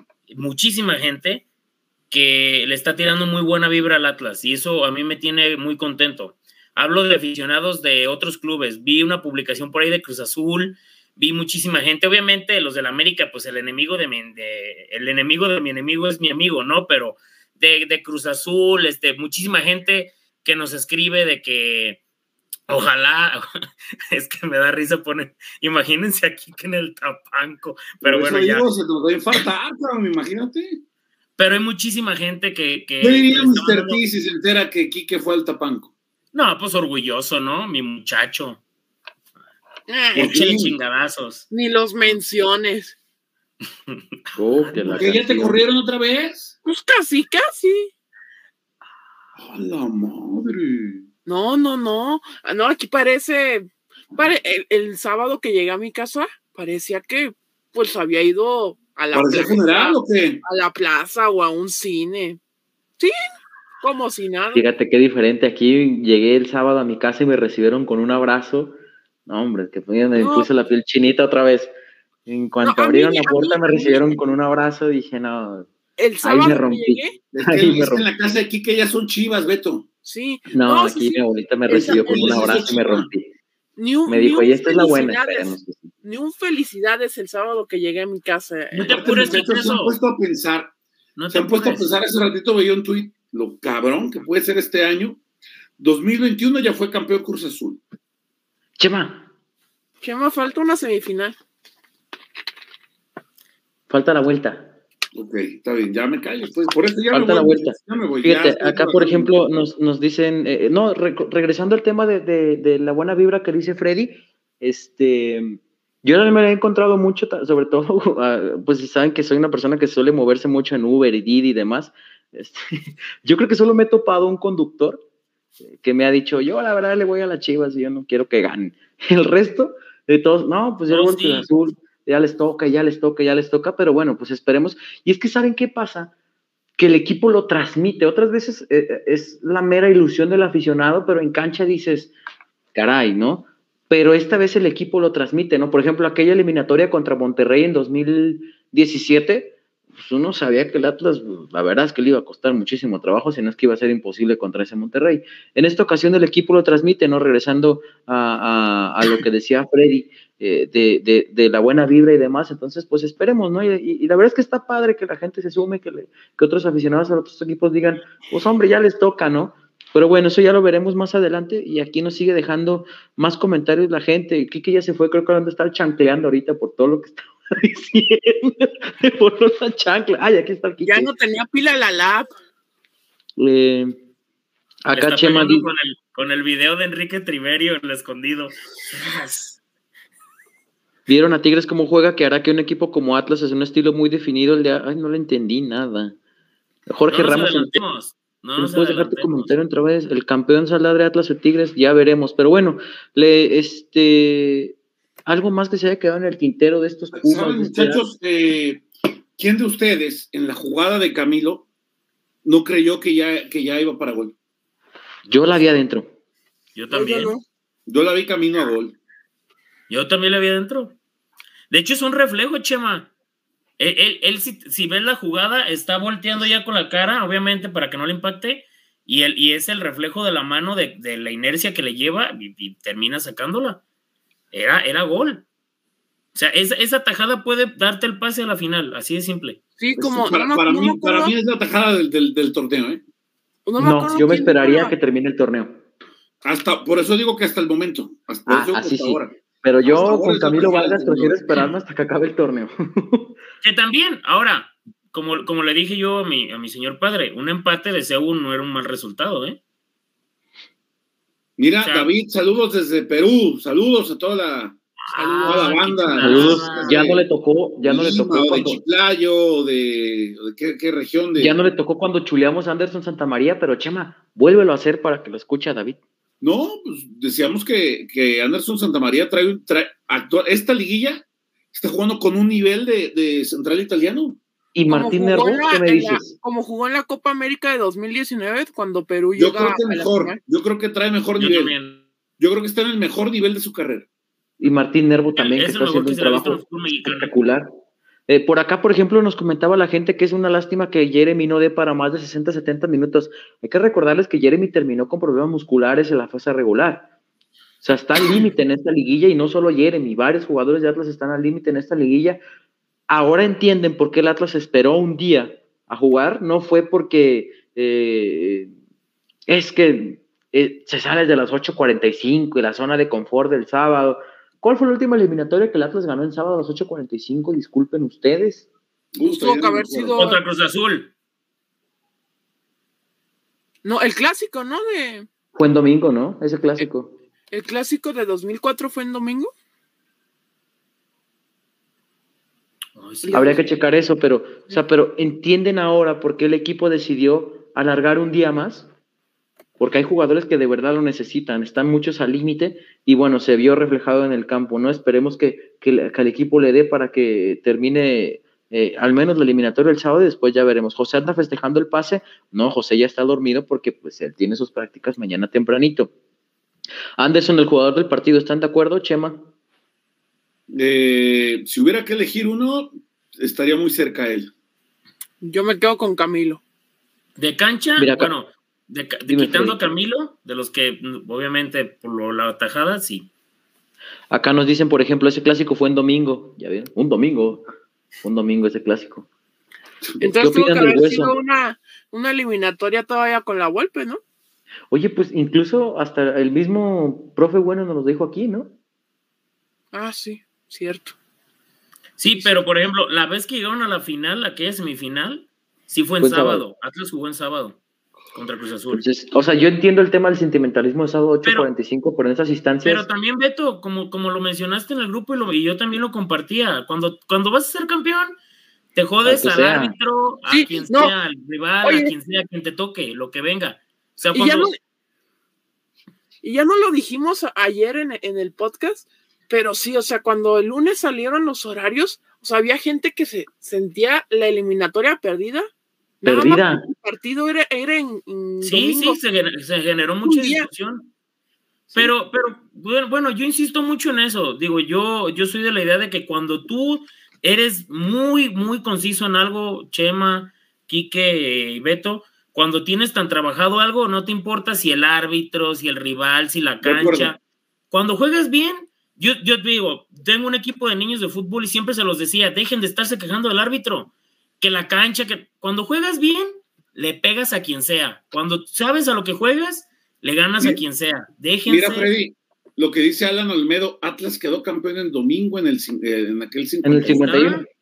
que le está tirando muy buena vibra al Atlas y eso a mí me tiene muy contento. Hablo de aficionados de otros clubes. Vi una publicación por ahí de Cruz Azul, vi muchísima gente. Obviamente los del América, pues el enemigo de mi enemigo es mi amigo, ¿no? Pero de Cruz Azul, muchísima gente que nos escribe de que ojalá, es que me da risa poner, imagínense aquí que en el Tapanco, pero bueno, ya. Digo, se nos va a infartar, cabrón, imagínate. Pero hay muchísima gente que ¿Qué diría Mr. T si se entera que Quique fue al Tapanco? No, pues orgulloso, ¿no? Mi muchacho. Échale chingadazos. Ni los menciones. ¿Que ya te corrieron otra vez? Pues casi. ¡A la madre! No, aquí parece el sábado que llegué a mi casa, parecía que pues había ido a la plaza, general, ¿o qué? A la plaza o a un cine. Sí, como si nada. Fíjate qué diferente. Aquí llegué el sábado a mi casa y me recibieron con un abrazo. No, hombre, que me puse la piel chinita otra vez. En cuanto abrieron la puerta me recibieron con un abrazo y dije, no, el sábado ahí me rompí. En la casa de aquí que ya son chivas, Beto. Sí. No, aquí mi abuelita me recibió con un abrazo y me rompí. Me dijo, y esta es la buena. Ni un felicidades el sábado que llegué a mi casa. No te apures, se han puesto a pensar. Hace ratito veía un tuit, lo cabrón que puede ser este año. 2021 ya fue campeón Cruz Azul. Chema, falta una semifinal. Falta la vuelta. Ok, está bien, ya me callo. Pues, por eso ya falta me voy, la vuelta. Ya me voy. Fíjate, acá, por ejemplo, nos dicen, regresando al tema de la buena vibra que dice Freddy, yo me he encontrado mucho, sobre todo, pues si saben que soy una persona que suele moverse mucho en Uber y Didi y demás, yo creo que solo me he topado un conductor que me ha dicho, yo la verdad le voy a las Chivas y yo no quiero que ganen. El resto de todos, no, pues yo le voy al Cruz Azul. Ya les toca, pero bueno, pues esperemos. Y es que ¿saben qué pasa? Que el equipo lo transmite. Otras veces es la mera ilusión del aficionado, pero en cancha dices, caray, ¿no? Pero esta vez el equipo lo transmite, ¿no? Por ejemplo, aquella eliminatoria contra Monterrey en 2017, pues uno sabía que el Atlas, la verdad es que le iba a costar muchísimo trabajo, si no es que iba a ser imposible contra ese Monterrey. En esta ocasión el equipo lo transmite, ¿no? Regresando a lo que decía Freddy, de la buena vibra y demás, entonces pues esperemos, ¿no? Y la verdad es que está padre que la gente se sume, que otros aficionados a otros equipos digan, pues hombre, ya les toca, ¿no? Pero bueno, eso ya lo veremos más adelante y aquí nos sigue dejando más comentarios la gente. Kike ya se fue, creo que van a estar chancleando ahorita por todo lo que estaba diciendo, por una chancla. Ay, aquí está el Kike. Ya no tenía pila la lap. Acá Chema con el video de Enrique Triverio, el escondido. ¿Vieron a Tigres cómo juega? Que hará que un equipo como Atlas es un estilo muy definido. Ay, no le entendí nada. Jorge Ramos. No nos puedes dejar tu comentario otra vez. El campeón saldrá de Atlas o Tigres, ya veremos. Pero bueno, algo más que se haya quedado en el tintero de estos Pumas. ¿Saben, muchachos? ¿Quién de ustedes en la jugada de Camilo no creyó que ya iba para gol? Yo la vi adentro. Yo también. Yo la vi camino a gol. Yo también la vi adentro. De hecho, es un reflejo, Chema. Él si ves la jugada, está volteando ya con la cara, obviamente, para que no le impacte, y es el reflejo de la mano de la inercia que le lleva y termina sacándola. Era gol. O sea, esa tajada puede darte el pase a la final, así de simple. Sí, como para mí es la tajada del torneo, ¿eh? No, yo me esperaría que termine el torneo. Por eso digo que hasta el momento. Así sí. Ahora. Pero yo con Camilo Vargas prefiero esperarme hasta que acabe el torneo. Que también, ahora, como le dije yo a mi señor padre, un empate de CU no era un mal resultado, ¿eh? Mira, David, saludos desde Perú, saludos a toda la banda. Saludos. Ya no le tocó cuando, de Chiclayo, de qué región de. Ya no le tocó cuando chuleamos a Anderson Santamaría, pero Chema, vuélvelo a hacer para que lo escuche a David. No, pues decíamos que Anderson Santamaría trae esta liguilla está jugando con un nivel de central italiano. ¿Y Martín Nervo, qué me dices? Como jugó en la Copa América de 2019, cuando Perú yo creo que trae mejor nivel. También. Yo creo que está en el mejor nivel de su carrera. Y Martín Nervo también, que está haciendo un trabajo espectacular. Por acá, por ejemplo, nos comentaba la gente que es una lástima que Jeremy no dé para más de 60-70 minutos. Hay que recordarles que Jeremy terminó con problemas musculares en la fase regular. O sea, está al límite en esta liguilla, y no solo Jeremy, varios jugadores de Atlas están al límite en esta liguilla. Ahora entienden por qué el Atlas esperó un día a jugar. No fue porque es que se sale de las 8:45 y la zona de confort del sábado. ¿Cuál fue la última eliminatoria que el Atlas ganó en sábado a las 8:45? Disculpen ustedes. Tuvo que haber sido contra Cruz Azul. No, el clásico, ¿no? Fue en domingo, ¿no? Ese clásico. ¿El clásico de 2004 fue en domingo? Sí. Habría que checar eso, pero entienden ahora por qué el equipo decidió alargar un día más. Porque hay jugadores que de verdad lo necesitan, están muchos al límite, y bueno, se vio reflejado en el campo, ¿no? Esperemos que el equipo le dé para que termine al menos la eliminatoria el sábado, y después ya veremos. José anda festejando el pase. No, José ya está dormido porque pues él tiene sus prácticas mañana tempranito. Anderson, el jugador del partido, ¿están de acuerdo, Chema? Si hubiera que elegir uno, estaría muy cerca a él. Yo me quedo con Camilo. De cancha, mira, bueno, quitando a Camilo, de los que obviamente por la tajada, sí. Acá nos dicen, por ejemplo, ese clásico fue en domingo. ¿Ya ven? Un domingo ese clásico. Entonces tuvo que haber sido una eliminatoria todavía con la Volpe, ¿no? Oye, pues incluso hasta el mismo profe Bueno nos lo dijo aquí, ¿no? Ah, sí, cierto. Sí, pero por ejemplo, la vez que llegaron a la final, aquella semifinal, sí fue en sábado. Atlas jugó en sábado contra Cruz Azul. Entonces, o sea, yo entiendo el tema del sentimentalismo de sábado 8:45, pero en esas instancias. Pero también, Beto, como lo mencionaste en el grupo y yo también lo compartía, cuando vas a ser campeón, te jodes al árbitro, a quien sea, al rival, a quien sea, a quien te toque, lo que venga. O sea, y ya no lo dijimos ayer en el podcast, pero sí, o sea, cuando el lunes salieron los horarios, o sea, había gente que se sentía la eliminatoria perdida. Nada más el partido era en sí, domingo. Sí, se generó mucha discusión. Sí. Pero bueno, yo insisto mucho en eso. Digo, yo soy de la idea de que cuando tú eres muy, muy conciso en algo, Chema, Quique y Beto, cuando tienes tan trabajado algo, no te importa si el árbitro, si el rival, si la cancha. Cuando juegas bien, yo te digo, tengo un equipo de niños de fútbol y siempre se los decía, dejen de estarse quejando del árbitro, que la cancha, que cuando juegas bien, le pegas a quien sea. Cuando sabes a lo que juegas, le ganas a quien sea. Déjense. Mira, Freddy, lo que dice Alan Olmedo, Atlas quedó campeón en domingo en aquel 51.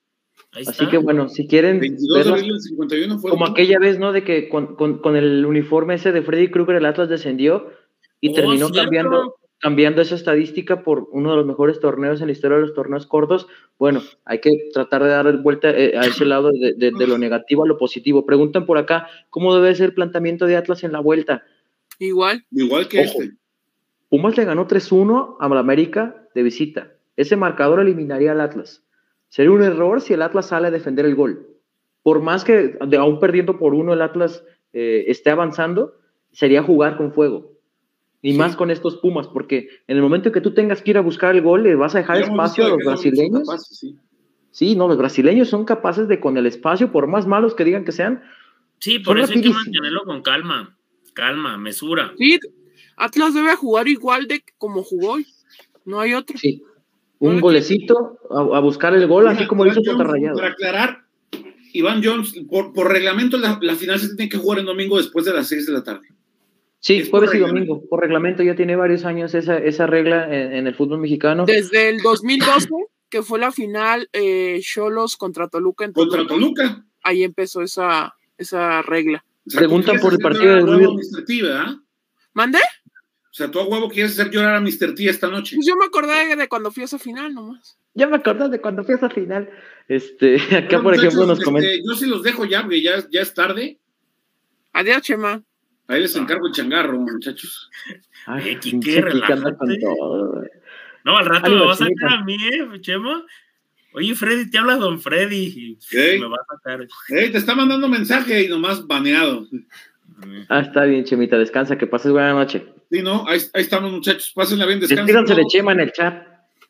Así que bueno, si quieren 22 de abril del 51 fue como aquella vez, ¿no? De que con el uniforme ese de Freddy Krueger el Atlas descendió y terminó cambiando esa estadística por uno de los mejores torneos en la historia de los torneos cortos. Bueno, hay que tratar de dar vuelta a ese lado de lo negativo a lo positivo. Preguntan por acá, ¿cómo debe ser el planteamiento de Atlas en la vuelta? Igual que Pumas le ganó 3-1 a la América de visita. Ese marcador eliminaría al Atlas. Sería un error si el Atlas sale a defender el gol. Por más que aún perdiendo por 1 el Atlas esté avanzando, sería jugar con fuego. Y más con estos Pumas, porque en el momento que tú tengas que ir a buscar el gol, le vas a dejar espacio a los brasileños. Sí, no, los brasileños son capaces de con el espacio, por más malos que digan que sean. Sí, por eso hay que mantenerlo con calma, mesura. Sí, Atlas debe jugar igual de como jugó hoy. No hay otro. Sí. Un golecito a buscar el gol, así como lo hizo contra Rayados. Para aclarar, Iván Jones, por reglamento, la final se tiene que jugar el domingo después de las 6 de la tarde. Sí, jueves y domingo. Por reglamento ya tiene varios años esa regla en el fútbol mexicano. Desde el 2012, que fue la final Xolos contra Toluca. Contra Toluca. Ahí empezó esa regla. O sea, preguntan por el partido de Luis. ¿Mande? O sea, tú a huevo quieres hacer llorar a Mr. T esta noche. Pues yo me acordé de cuando fui a esa final nomás. Ya me acordé de cuando fui a esa final. Acá, por ejemplo, nos comentan. Yo sí los dejo ya, porque ya es tarde. Adiós, Chema. Ahí les encargo el changarro, muchachos. Ay, qué relájate. No, al rato me va a sacar a mí, Chema. Oye, Freddy, te habla Don Freddy. Me va a sacar. Te está mandando mensaje y nomás baneado. Está bien, Chemita, descansa, que pases buena noche. Sí, no, ahí estamos, muchachos, pásenla bien, descansen. Despídanse de Chema en el chat.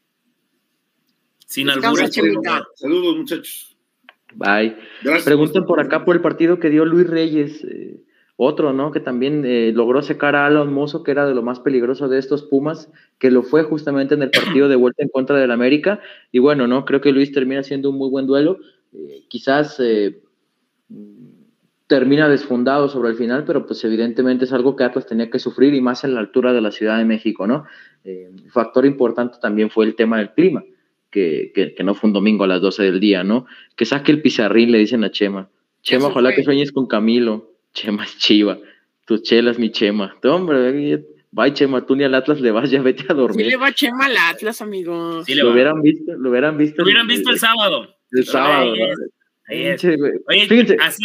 Sin albures, Chemita. Saludos, muchachos. Bye. Gracias. Preguntan por acá por el partido que dio Luis Reyes, otro, ¿no? Que también logró secar a Alan Mozo, que era de lo más peligroso de estos Pumas, que lo fue justamente en el partido de vuelta en contra del América. Y bueno, ¿no? Creo que Luis termina siendo un muy buen duelo. Quizás termina desfundado sobre el final, pero pues evidentemente es algo que Atlas tenía que sufrir y más en la altura de la Ciudad de México, ¿no? Factor importante también fue el tema del clima, que no fue un domingo a las 12 del día, ¿no? Que saque el pizarrín, le dicen a Chema. Chema, ojalá que sueñes con Camilo. Chema es Chiva. Tus chelas, mi Chema. Hombre, bye, Chema, tú ni al Atlas le vas, ya vete a dormir. Sí le va Chema al Atlas, amigo. Sí lo hubieran visto. Lo hubieran visto el sábado. El sábado, ¿no? Oye, fíjense, así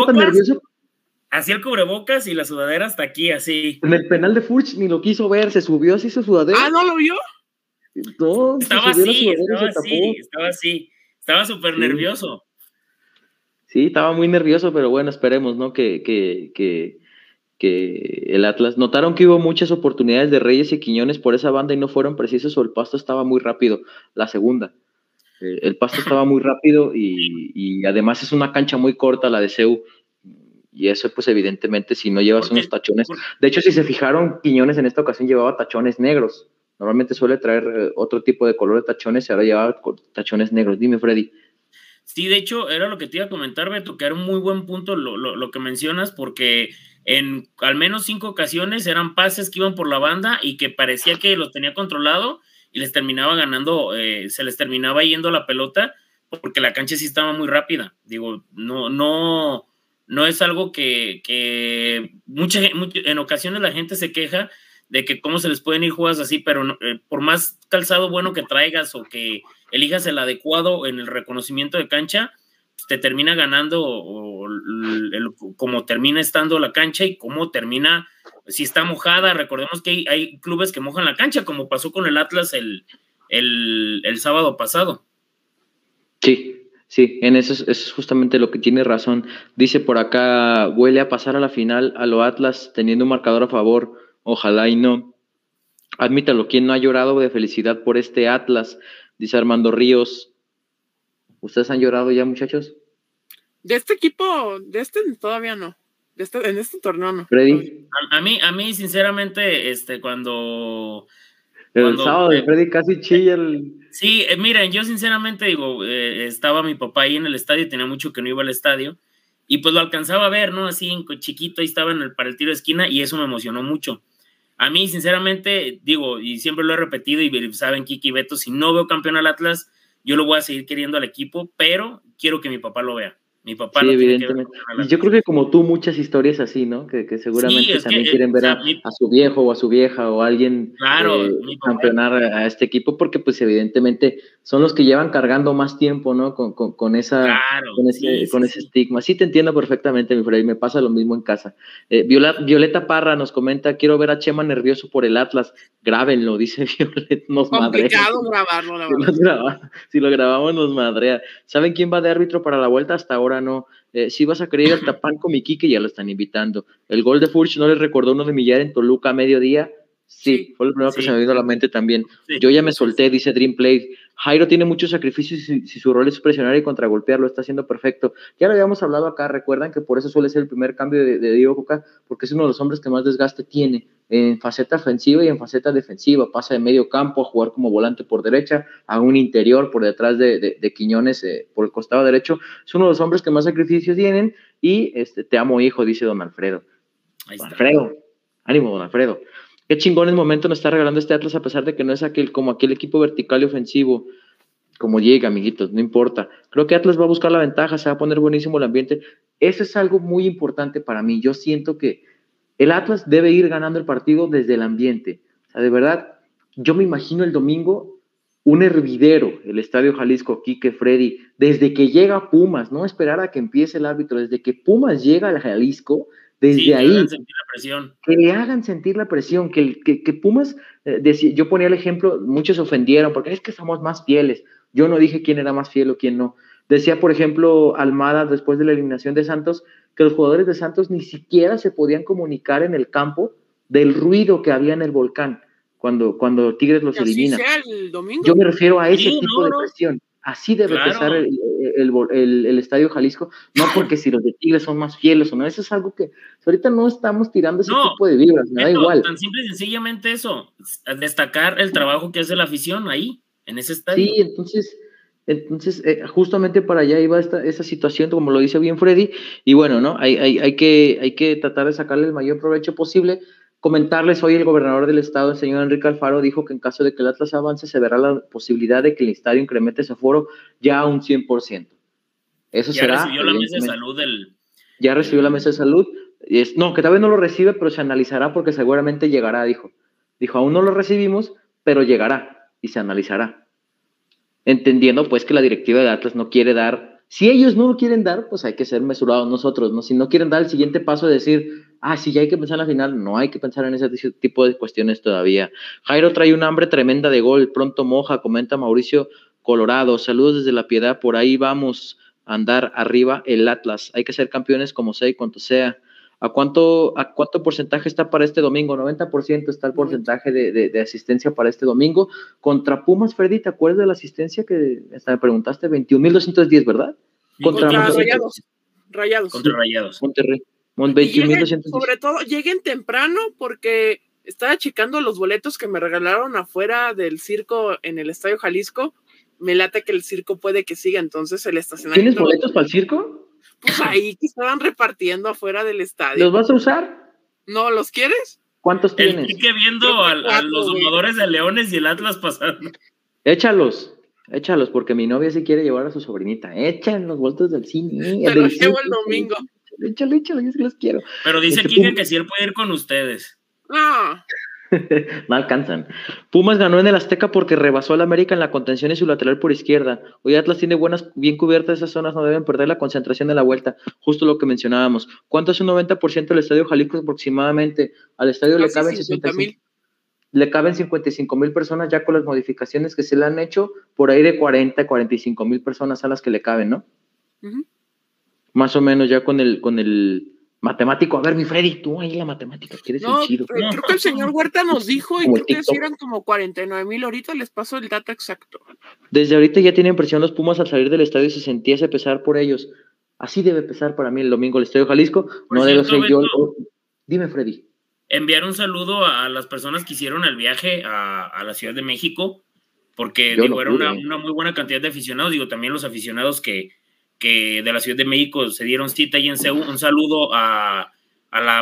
el cubrebocas y la sudadera hasta aquí, así. En el penal de Furch ni lo quiso ver, se subió así su sudadera. Ah, ¿no lo vio? No, estaba así. Estaba súper nervioso. Sí, estaba muy nervioso, pero bueno, esperemos, ¿no? Que el Atlas... Notaron que hubo muchas oportunidades de Reyes y Quiñones por esa banda y no fueron precisos, o el pasto estaba muy rápido, la segunda. El pasto estaba muy rápido y además es una cancha muy corta la de CEU, y eso pues evidentemente si no llevas unos tachones, de hecho si se fijaron, Quiñones en esta ocasión llevaba tachones negros, normalmente suele traer otro tipo de color de tachones y ahora llevaba tachones negros. Dime, Freddy. Sí, de hecho era lo que te iba a comentar, Beto, que era un muy buen punto lo que mencionas, porque en al menos 5 ocasiones eran pases que iban por la banda y que parecía que los tenía controlado y les terminaba ganando, se les terminaba yendo la pelota porque la cancha sí estaba muy rápida. Digo, no es algo que en ocasiones la gente se queja de que cómo se les pueden ir jugadas así, pero por más calzado bueno que traigas o que elijas el adecuado en el reconocimiento de cancha, te termina ganando como termina estando la cancha y cómo termina, si está mojada. Recordemos que hay clubes que mojan la cancha, como pasó con el Atlas el sábado pasado. Sí, en eso es justamente lo que tiene razón. Dice por acá, huele a pasar a la final a lo Atlas teniendo un marcador a favor, ojalá y no. Admítalo, ¿quién no ha llorado de felicidad por este Atlas? Dice Armando Ríos. ¿Ustedes han llorado ya, muchachos? De este equipo, todavía no. En este torneo no. Freddy. A mí sinceramente, cuando sábado de Freddy casi chilla Sí, miren, yo sinceramente digo, estaba mi papá ahí en el estadio, tenía mucho que no iba al estadio, y pues lo alcanzaba a ver, ¿no? Así chiquito, ahí estaba para el tiro de esquina, y eso me emocionó mucho. A mí, sinceramente, digo, y siempre lo he repetido, y saben, Kiki y Beto, si no veo campeón al Atlas, yo lo voy a seguir queriendo al equipo, pero quiero que mi papá lo vea. Mi papá sí, lo evidentemente. Y yo creo que como tú, muchas historias así, ¿no? Que seguramente sí, también quieren ver a su viejo o a su vieja o a alguien campeonar a este equipo, porque pues evidentemente son los que llevan cargando más tiempo, ¿no? Con ese estigma. Sí, te entiendo perfectamente, mi Freddy, me pasa lo mismo en casa. Violeta Parra nos comenta, quiero ver a Chema nervioso por el Atlas. Grábenlo, dice Violeta, nos madrea. Complicado grabarlo, la verdad. Si lo grabamos, nos madrea. ¿Saben quién va de árbitro para la vuelta? Hasta ahora no. Si vas a querer ir al Tapán con mi Quique, ya lo están invitando. El gol de Furch no les recordó uno de Millar en Toluca a mediodía. Sí, fue lo primero que se me vino a la mente también. Sí, yo ya me solté, dice Dream Play. Jairo tiene muchos sacrificios y si su rol es presionar y contragolpear, lo está haciendo perfecto. Ya lo habíamos hablado acá, recuerdan que por eso suele ser el primer cambio de Diego Coca, porque es uno de los hombres que más desgaste tiene en faceta ofensiva y en faceta defensiva. Pasa de medio campo a jugar como volante por derecha, a un interior por detrás de Quiñones por el costado derecho. Es uno de los hombres que más sacrificios tienen y te amo, hijo, dice don Alfredo. Don Alfredo, ánimo, don Alfredo. Qué chingones momentos nos está regalando este Atlas, a pesar de que no es como aquel equipo vertical y ofensivo, como llega, amiguitos, no importa. Creo que Atlas va a buscar la ventaja, se va a poner buenísimo el ambiente. Eso es algo muy importante para mí. Yo siento que el Atlas debe ir ganando el partido desde el ambiente. O sea, de verdad, yo me imagino el domingo un hervidero, el Estadio Jalisco, Quique, Freddy, desde que llega Pumas, no esperar a que empiece el árbitro, desde que Pumas llega al Jalisco, desde ahí, que le hagan sentir la presión, que Pumas, yo ponía el ejemplo, muchos se ofendieron, porque es que somos más fieles, yo no dije quién era más fiel o quién no, decía por ejemplo Almada después de la eliminación de Santos, que los jugadores de Santos ni siquiera se podían comunicar en el campo del ruido que había en el volcán, cuando Tigres los elimina. Yo me refiero a ese tipo de presión. Así debe empezar el Estadio Jalisco, no porque si los de Tigres son más fieles o no, eso es algo que ahorita no estamos tirando ese tipo de vibras, me da igual. Tan simple y sencillamente eso, destacar el trabajo que hace la afición ahí, en ese estadio. Sí, entonces justamente para allá iba esa situación, como lo dice bien Freddy, y bueno, ¿no? Hay que tratar de sacarle el mayor provecho posible. Comentarles, hoy el gobernador del estado, el señor Enrique Alfaro, dijo que en caso de que el Atlas avance, se verá la posibilidad de que el estadio incremente ese aforo ya a un 100%. Eso será. Ya recibió la mesa de salud Ya recibió la mesa de salud. No, que tal vez no lo recibe, pero se analizará porque seguramente llegará, dijo. Dijo, aún no lo recibimos, pero llegará y se analizará. Entendiendo, pues, que la directiva de Atlas no quiere dar. Si ellos no lo quieren dar, pues hay que ser mesurados nosotros, ¿no? Si no quieren dar el siguiente paso de decir, sí, ya hay que pensar en la final, no hay que pensar en ese tipo de cuestiones todavía. Jairo trae un hambre tremenda de gol, pronto moja, comenta Mauricio Colorado, saludos desde La Piedad, por ahí vamos a andar arriba el Atlas, hay que ser campeones como sea y cuanto sea. ¿A cuánto porcentaje está para este domingo? 90% está el porcentaje de asistencia para este domingo. Contra Pumas, Freddy, ¿te acuerdas de la asistencia que hasta me preguntaste? 21,210, ¿verdad? Contra Rayados. Contra Rayados. Monterrey. 21,210. Sobre todo, lleguen temprano porque estaba checando los boletos que me regalaron afuera del circo en el Estadio Jalisco. Me late que el circo puede que siga, entonces el estacionamiento. ¿Tienes boletos para el circo? Pues ahí que estaban repartiendo afuera del estadio. ¿Los vas a usar? ¿No los quieres? ¿Cuántos tienes? El que viendo a los domadores de Leones y el Atlas pasando. Échalos, porque mi novia sí quiere llevar a su sobrinita. Echen los boletos del cine. Te los llevo el domingo. Échalo, yo sí los quiero. Pero dice Kike que sí él puede ir con ustedes. No. No alcanzan. Pumas ganó en el Azteca porque rebasó al América en la contención y su lateral por izquierda. Hoy Atlas tiene bien cubiertas esas zonas, no deben perder la concentración de la vuelta. Justo lo que mencionábamos. ¿Cuánto es un 90% del Estadio Jalisco aproximadamente? Al estadio le caben 55,000 personas ya con las modificaciones que se le han hecho, por ahí de 40,000-45,000 personas a las que le caben, ¿no? Uh-huh. Más o menos ya con el matemático. A ver, mi Freddy, tú ahí la matemática, que eres el chido. Creo que el señor Huerta nos dijo y creo que sí eran como 49,000. Ahorita les paso el dato exacto. Desde ahorita ya tienen presión los Pumas al salir del estadio y se sentía ese pesar por ellos. Así debe pesar para mí el domingo el Estadio Jalisco. No debe ser yo. Dime, Freddy. Enviar un saludo a las personas que hicieron el viaje a la Ciudad de México, porque era una muy buena cantidad de aficionados. También los aficionados que de la Ciudad de México se dieron cita ahí en CEU. Un saludo a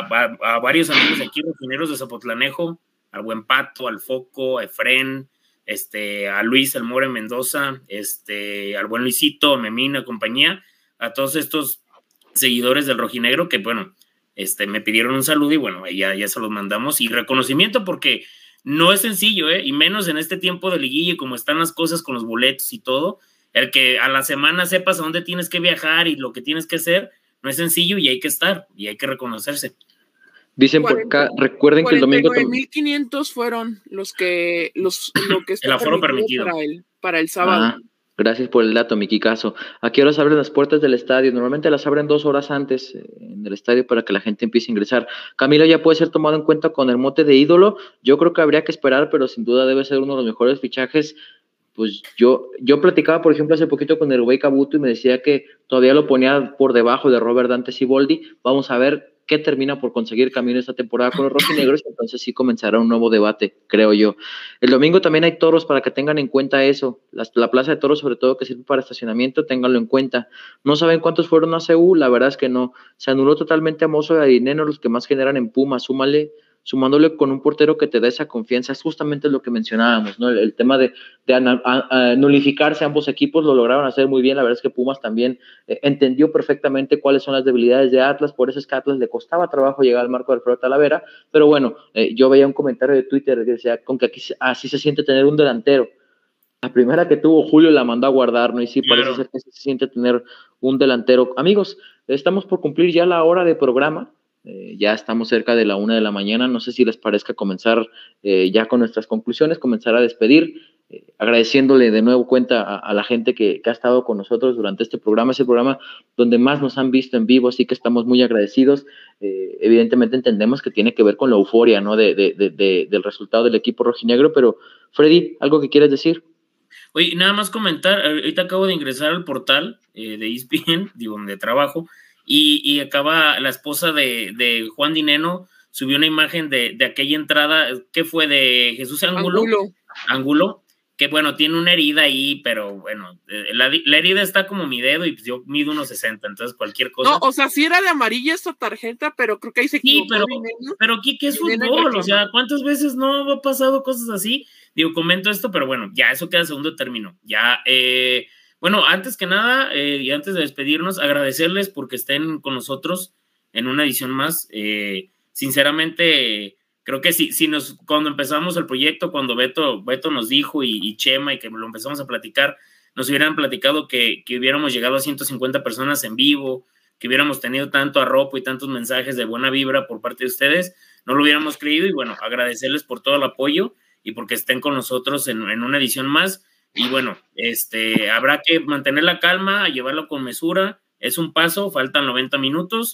varios amigos aquí, refineros de Zapotlanejo, al Buen Pato, al Foco, a Efren, a Luis El More Mendoza, al buen Luisito, Memina, compañía, a todos estos seguidores del rojinegro que, bueno, me pidieron un saludo y bueno, ya se los mandamos y reconocimiento porque no es sencillo, y menos en este tiempo de liguilla y como están las cosas con los boletos y todo, el que a la semana sepas a dónde tienes que viajar y lo que tienes que hacer, no es sencillo y hay que estar y hay que reconocerse. Dicen por acá, recuerden que el domingo 49,500 fueron lo que está el aforo permitido para el sábado. Gracias por el dato, Miki Caso. ¿A qué horas abren las puertas del estadio? Normalmente las abren 2 horas antes en el estadio para que la gente empiece a ingresar. Camilo ya puede ser tomado en cuenta con el mote de ídolo. Yo creo que habría que esperar, pero sin duda debe ser uno de los mejores fichajes. Pues yo platicaba, por ejemplo, hace poquito con el Rubén Cabuto y me decía que todavía lo ponía por debajo de Robert Dante Siboldi. Vamos a ver qué termina por conseguir Camilo esta temporada con los rojinegros, entonces sí comenzará un nuevo debate, creo yo. El domingo también hay toros para que tengan en cuenta eso, la plaza de toros sobre todo que sirve para estacionamiento, ténganlo en cuenta. No saben cuántos fueron a CU, la verdad es que no, se anuló totalmente a Mozo y a Dineno, los que más generan en Pumas, sumándole con un portero que te da esa confianza, es justamente lo que mencionábamos, ¿no? El tema de nulificarse ambos equipos, lo lograron hacer muy bien, la verdad es que Pumas también entendió perfectamente cuáles son las debilidades de Atlas, por eso es que a Atlas le costaba trabajo llegar al marco de Alfredo Talavera, pero bueno, yo veía un comentario de Twitter que decía, con que aquí así se siente tener un delantero. La primera que tuvo Julio la mandó a guardar, ¿no? Y sí, parece ser que así se siente tener un delantero. Amigos, estamos por cumplir ya la hora de programa. Ya estamos cerca de la 1 de la mañana, no sé si les parezca comenzar ya con nuestras conclusiones, comenzar a despedir, agradeciéndole de nuevo cuenta a la gente que ha estado con nosotros durante este programa, es el programa donde más nos han visto en vivo, así que estamos muy agradecidos. Evidentemente entendemos que tiene que ver con la euforia, ¿no? del resultado del equipo rojinegro, pero Freddy, ¿algo que quieres decir? Oye, nada más comentar, ahorita acabo de ingresar al portal de ESPN, digo, donde trabajo, y acaba la esposa de Juan Dineno, subió una imagen de aquella entrada, que fue de Jesús Angulo, que bueno, tiene una herida ahí, pero bueno, la herida está como mi dedo y pues yo mido 1.60, entonces cualquier cosa. No, o sea, sí era de amarilla esta tarjeta, pero creo que ahí se equivocó. Sí, pero aquí que es fútbol, o sea, ¿cuántas veces no ha pasado cosas así? Digo, comento esto, pero bueno, ya eso queda segundo término. Ya, bueno, antes que nada, y antes de despedirnos, agradecerles porque estén con nosotros en una edición más. Sinceramente, creo que cuando empezamos el proyecto, cuando Beto nos dijo y Chema y que lo empezamos a platicar, nos hubieran platicado que hubiéramos llegado a 150 personas en vivo, que hubiéramos tenido tanto arropo y tantos mensajes de buena vibra por parte de ustedes, no lo hubiéramos creído y bueno, agradecerles por todo el apoyo y porque estén con nosotros en una edición más. Y bueno, habrá que mantener la calma, llevarlo con mesura. Es un paso, faltan 90 minutos.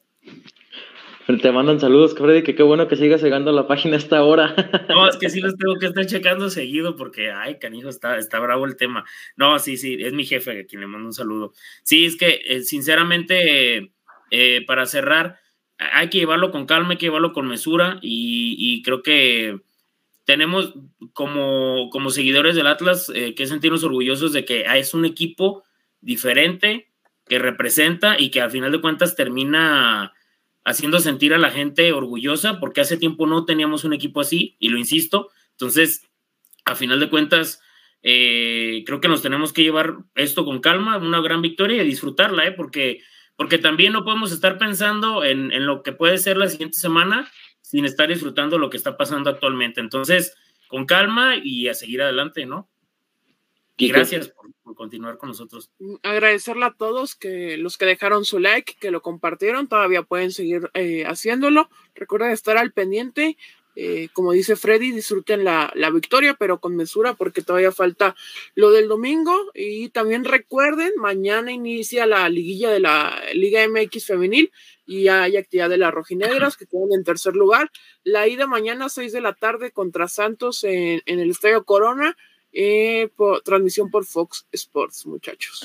Te mandan saludos, Freddy, que qué bueno que sigas llegando a la página a esta hora. No, es que sí los tengo que estar checando seguido porque, ay, canijo, está bravo el tema. No, sí, es mi jefe a quien le mando un saludo. Sí, es que, sinceramente, para cerrar, hay que llevarlo con calma, hay que llevarlo con mesura y creo que tenemos como seguidores del Atlas que sentirnos orgullosos de que es un equipo diferente, que representa y que al final de cuentas termina haciendo sentir a la gente orgullosa, porque hace tiempo no teníamos un equipo así, y lo insisto. Entonces, a final de cuentas, creo que nos tenemos que llevar esto con calma, una gran victoria y disfrutarla, porque también no podemos estar pensando en lo que puede ser la siguiente semana sin estar disfrutando lo que está pasando actualmente. Entonces, con calma y a seguir adelante, ¿no? Y gracias por continuar con nosotros. Agradecerle a todos los que dejaron su like, que lo compartieron, todavía pueden seguir haciéndolo. Recuerden estar al pendiente. Como dice Freddy, disfruten la victoria, pero con mesura, porque todavía falta lo del domingo. Y también recuerden, mañana inicia la liguilla de la Liga MX Femenil y hay actividad de las rojinegras que quedan en tercer lugar. La ida mañana 6 de la tarde contra Santos en el Estadio Corona. Transmisión por Fox Sports, muchachos.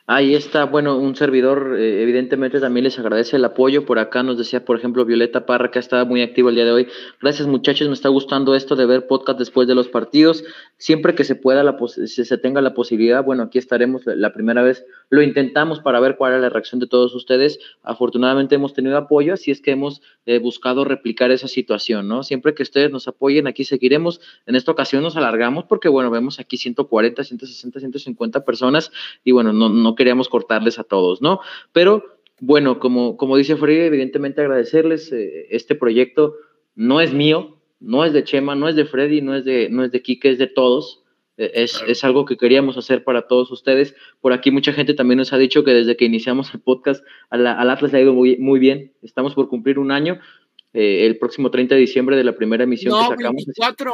Ahí está, bueno, un servidor evidentemente también les agradece el apoyo. Por acá nos decía, por ejemplo, Violeta Parra, que estaba muy activo el día de hoy. Gracias, muchachos, me está gustando esto de ver podcast después de los partidos. Siempre que se pueda, si se tenga la posibilidad, bueno, aquí estaremos la primera vez. Lo intentamos para ver cuál era la reacción de todos ustedes. Afortunadamente hemos tenido apoyo, así es que hemos buscado replicar esa situación, ¿no? Siempre que ustedes nos apoyen, aquí seguiremos. En esta ocasión nos alargamos porque, bueno, vemos aquí 140, 160, 150 personas y, bueno, no queríamos cortarles a todos, ¿no? Pero, bueno, como dice Freddy, evidentemente agradecerles. Este proyecto no es mío, no es de Chema, no es de Freddy, no es de Quique, es de todos. Es algo que queríamos hacer para todos ustedes. Por aquí mucha gente también nos ha dicho que desde que iniciamos el podcast al Atlas le ha ido muy, muy bien. Estamos por cumplir un año, el próximo 30 de diciembre de la primera emisión que sacamos.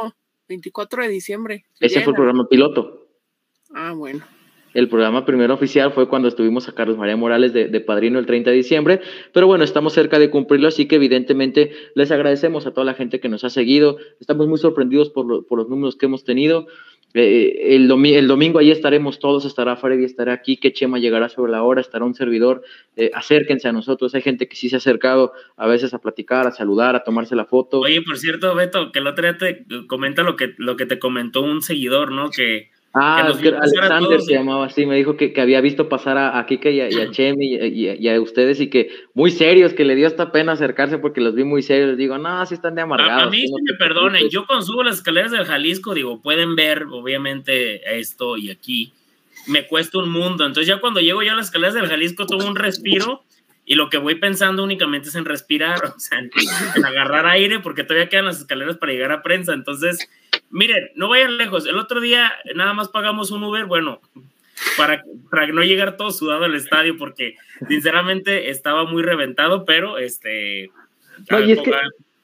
24 de diciembre. Ese fue el programa piloto. Ah, bueno. El programa primero oficial fue cuando estuvimos a Carlos María Morales de padrino el 30 de diciembre, pero bueno, estamos cerca de cumplirlo, así que evidentemente les agradecemos a toda la gente que nos ha seguido. Estamos muy sorprendidos por los números que hemos tenido. El domingo ahí estaremos todos, estará Freddy, estará aquí, que Chema llegará sobre la hora, estará un servidor. Acérquense a nosotros, hay gente que sí se ha acercado a veces a platicar, a saludar, a tomarse la foto. Oye, por cierto, Beto, que el otro día te comenta lo que te comentó un seguidor, ¿no? Que Alexander se llamaba así, me dijo que había visto pasar a Kike y a Chemi y a ustedes, y que muy serios, que le dio hasta pena acercarse porque los vi muy serios. Les digo, no, sí están de amargados. A mí sí me perdonen, yo cuando subo las escaleras del Jalisco, digo, pueden ver obviamente esto y aquí, me cuesta un mundo, entonces ya cuando llego yo a las escaleras del Jalisco tomo un respiro y lo que voy pensando únicamente es en respirar, o sea, en agarrar aire, porque todavía quedan las escaleras para llegar a prensa. Entonces, miren, no vayan lejos. El otro día nada más pagamos un Uber, bueno, para no llegar todo sudado al estadio, porque sinceramente estaba muy reventado, pero no, y es que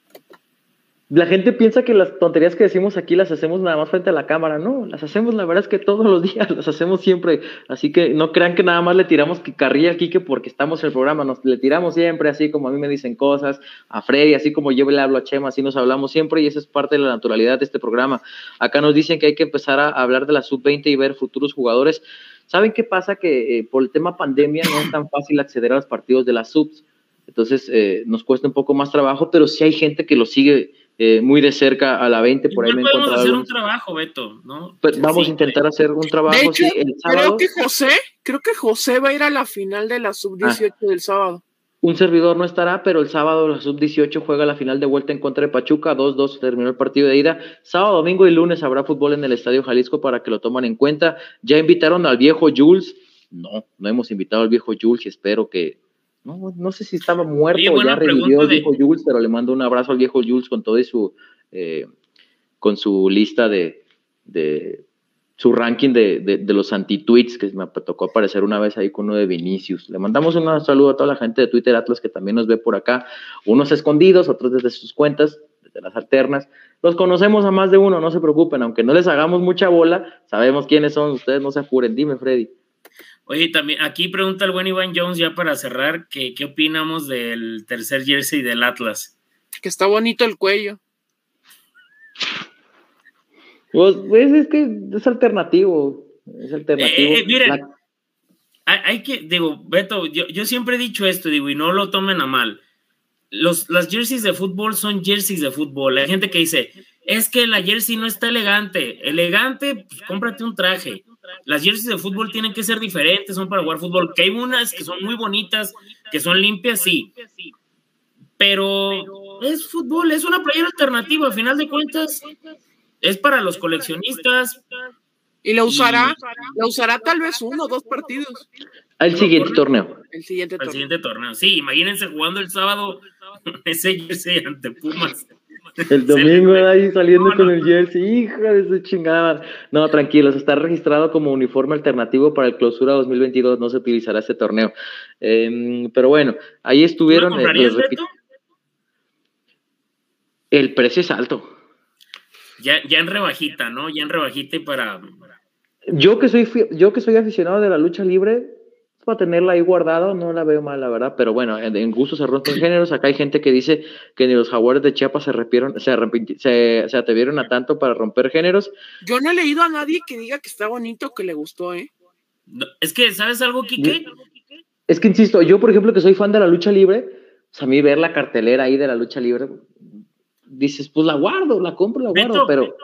la gente piensa que las tonterías que decimos aquí las hacemos nada más frente a la cámara. No, las hacemos, la verdad es que todos los días, las hacemos siempre. Así que no crean que nada más le tiramos carrilla a Quique porque estamos en el programa. Le tiramos siempre, así como a mí me dicen cosas, a Freddy, así como yo le hablo a Chema, así nos hablamos siempre, y esa es parte de la naturalidad de este programa. Acá nos dicen que hay que empezar a hablar de la sub-20 y ver futuros jugadores. ¿Saben qué pasa? Que por el tema pandemia no es tan fácil acceder a los partidos de las subs. Entonces nos cuesta un poco más trabajo, pero sí hay gente que lo sigue muy de cerca a la 20, por ahí me he encontrado. Podemos hacer un trabajo, Beto, ¿no? Pues vamos a intentar hacer un trabajo. De hecho, sí, el sábado. Creo que José va a ir a la final de la sub-18 del sábado. Un servidor no estará, pero el sábado la sub-18 juega la final de vuelta en contra de Pachuca, 2-2 terminó el partido de ida. Sábado, domingo y lunes habrá fútbol en el Estadio Jalisco para que lo tomen en cuenta. Ya invitaron al viejo Jules. No hemos invitado al viejo Jules y espero que... No sé si estaba muerto o ya revivió el viejo Jules, pero le mando un abrazo al viejo Jules con todo y con su lista de su ranking de los anti-tweets, que me tocó aparecer una vez ahí con uno de Vinicius. Le mandamos un saludo a toda la gente de Twitter Atlas que también nos ve por acá, unos escondidos, otros desde sus cuentas, desde las alternas. Los conocemos a más de uno, no se preocupen, aunque no les hagamos mucha bola, sabemos quiénes son, ustedes no se apuren. Dime, Freddy. Oye, también aquí pregunta el buen Iván Jones, ya para cerrar, ¿qué opinamos del tercer jersey del Atlas? Que está bonito el cuello. Pues es que es alternativo. Miren, hay que, digo, Beto, yo siempre he dicho esto, digo, y no lo tomen a mal. Las jerseys de fútbol son jerseys de fútbol. Hay gente que dice, es que la jersey no está elegante. Elegante, pues cómprate un traje. Las jerseys de fútbol tienen que ser diferentes, son para jugar fútbol. Que hay unas que son muy bonitas, que son limpias, sí. Pero es fútbol, es una playera alternativa, al final de cuentas, es para los coleccionistas. Y la usará tal vez 1 o 2 partidos. Al siguiente torneo. El siguiente torneo. Sí, imagínense jugando el sábado ese jersey ante Pumas. El domingo ahí saliendo con el jersey, hija de su chingada. No, tranquilos, está registrado como uniforme alternativo para el clausura 2022, no se utilizará este torneo. Pero bueno, ahí estuvieron. ¿Tú lo comprarías, Beto? El precio es alto. Ya en rebajita, ¿no? Ya en rebajita y para... Yo que soy aficionado de la lucha libre, para tenerla ahí guardada, no la veo mal, la verdad, pero bueno, en gustos se rompen géneros. Acá hay gente que dice que ni los Jaguares de Chiapas se atrevieron a tanto para romper géneros. Yo no he leído a nadie que diga que está bonito, que le gustó, Es que, ¿sabes algo, Quique? Es que insisto, yo por ejemplo que soy fan de la lucha libre, pues a mí ver la cartelera ahí de la lucha libre, dices, pues la guardo, la compro, la guardo, pero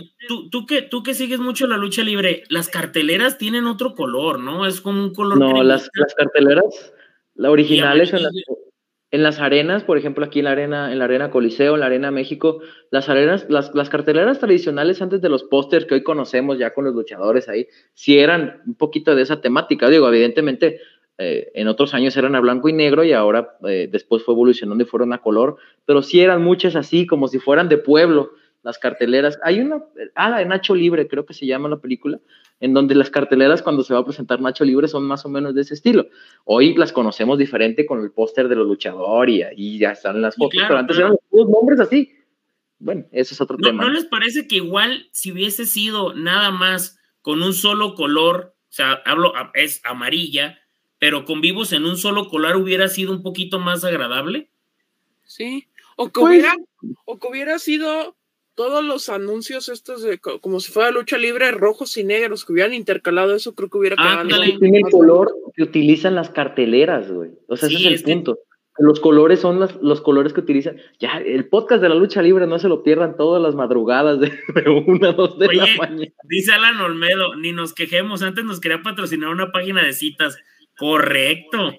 tú que sigues mucho la lucha libre, las carteleras tienen otro color, ¿no? Es como un color no, las carteleras, la originales en las arenas, por ejemplo, aquí en la arena Coliseo, en la Arena México, las carteleras tradicionales antes de los pósters que hoy conocemos ya con los luchadores ahí, sí eran un poquito de esa temática. Digo, evidentemente, en otros años eran a blanco y negro y ahora después fue evolucionando y fueron a color, pero sí eran muchas así, como si fueran de pueblo, las carteleras. Hay una, la de Nacho Libre, creo que se llama la película, en donde las carteleras cuando se va a presentar Nacho Libre son más o menos de ese estilo. Hoy las conocemos diferente con el póster de los luchadores y ahí ya están las fotos, claro, pero antes eran los nombres así. Bueno, ese es otro tema. ¿No les parece que igual si hubiese sido nada más con un solo color, o sea, es amarilla, pero con vivos en un solo color hubiera sido un poquito más agradable? Sí, o que hubiera sido todos los anuncios estos de como si fuera lucha libre, rojos y negros, que hubieran intercalado eso, creo que hubiera quedado. Tiene el color que utilizan las carteleras, güey. O sea, sí, ese es el punto. Los colores son los colores que utilizan. Ya, el podcast de la lucha libre no se lo pierdan todas las madrugadas de 1 a 2 de la mañana. Dice Alan Olmedo, ni nos quejemos, antes nos quería patrocinar una página de citas. Correcto.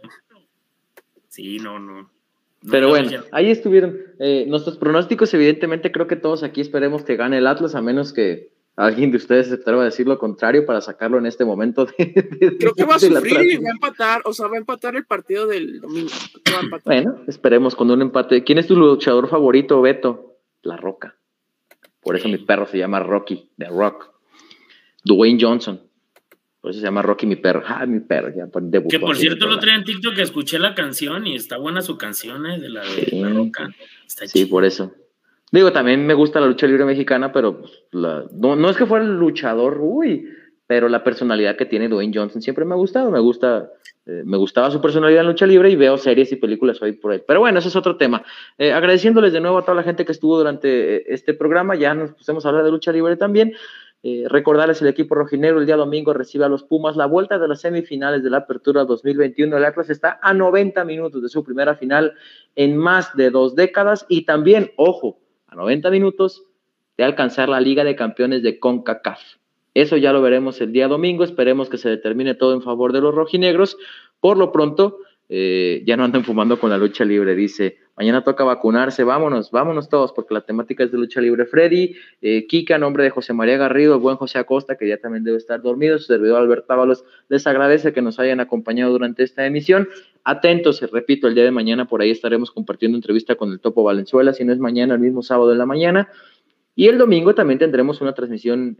Sí, no. Pero bueno, ahí estuvieron nuestros pronósticos. Evidentemente creo que todos aquí esperemos que gane el Atlas, a menos que alguien de ustedes se atreva a decir lo contrario para sacarlo en este momento. Creo que va a sufrir y va a empatar, o sea, va a empatar el partido del domingo. Bueno, esperemos con un empate. ¿Quién es tu luchador favorito, Beto? La Roca. Por eso mi perro se llama Rocky, The Rock. Dwayne Johnson. Por eso se llama Rocky, mi perro. Mi perro. Ya debutó. Que por cierto, el otro día en TikTok escuché la canción y está buena su canción, de la Roca. Está sí, chido. Por eso. Digo, también me gusta la lucha libre mexicana, pero no es que fuera el luchador, pero la personalidad que tiene Dwayne Johnson siempre me ha gustado. Me gustaba su personalidad en lucha libre y veo series y películas hoy por ahí. Pero bueno, ese es otro tema. Agradeciéndoles de nuevo a toda la gente que estuvo durante este programa. Ya nos pusimos a hablar de lucha libre también. Recordarles, el equipo rojinegro el día domingo recibe a los Pumas. La vuelta de las semifinales de la Apertura 2021. El Atlas está a 90 minutos de su primera final en más de 2 décadas y también, ojo, a 90 minutos de alcanzar la Liga de Campeones de CONCACAF. Eso ya lo veremos el día domingo. Esperemos que se determine todo en favor de los rojinegros. Por lo pronto, ya no andan fumando con la lucha libre. Dice, mañana toca vacunarse, vámonos todos, porque la temática es de lucha libre. Freddy, Kika, a nombre de José María Garrido, el buen José Acosta, que ya también debe estar dormido, su servidor Alberto Ábalos, les agradece que nos hayan acompañado durante esta emisión. Atentos, repito, el día de mañana por ahí estaremos compartiendo entrevista con el Topo Valenzuela, si no es mañana, el mismo sábado en la mañana. Y el domingo también tendremos una transmisión,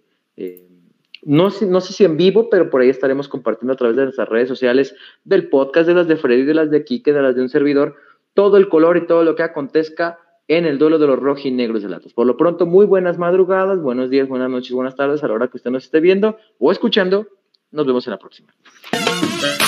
no sé si en vivo, pero por ahí estaremos compartiendo a través de nuestras redes sociales, del podcast, de las de Freddy, de las de Quique, de las de un servidor, todo el color y todo lo que acontezca en el duelo de los rojinegros del Atlas. Por lo pronto, muy buenas madrugadas, buenos días, buenas noches, buenas tardes, a la hora que usted nos esté viendo o escuchando. Nos vemos en la próxima.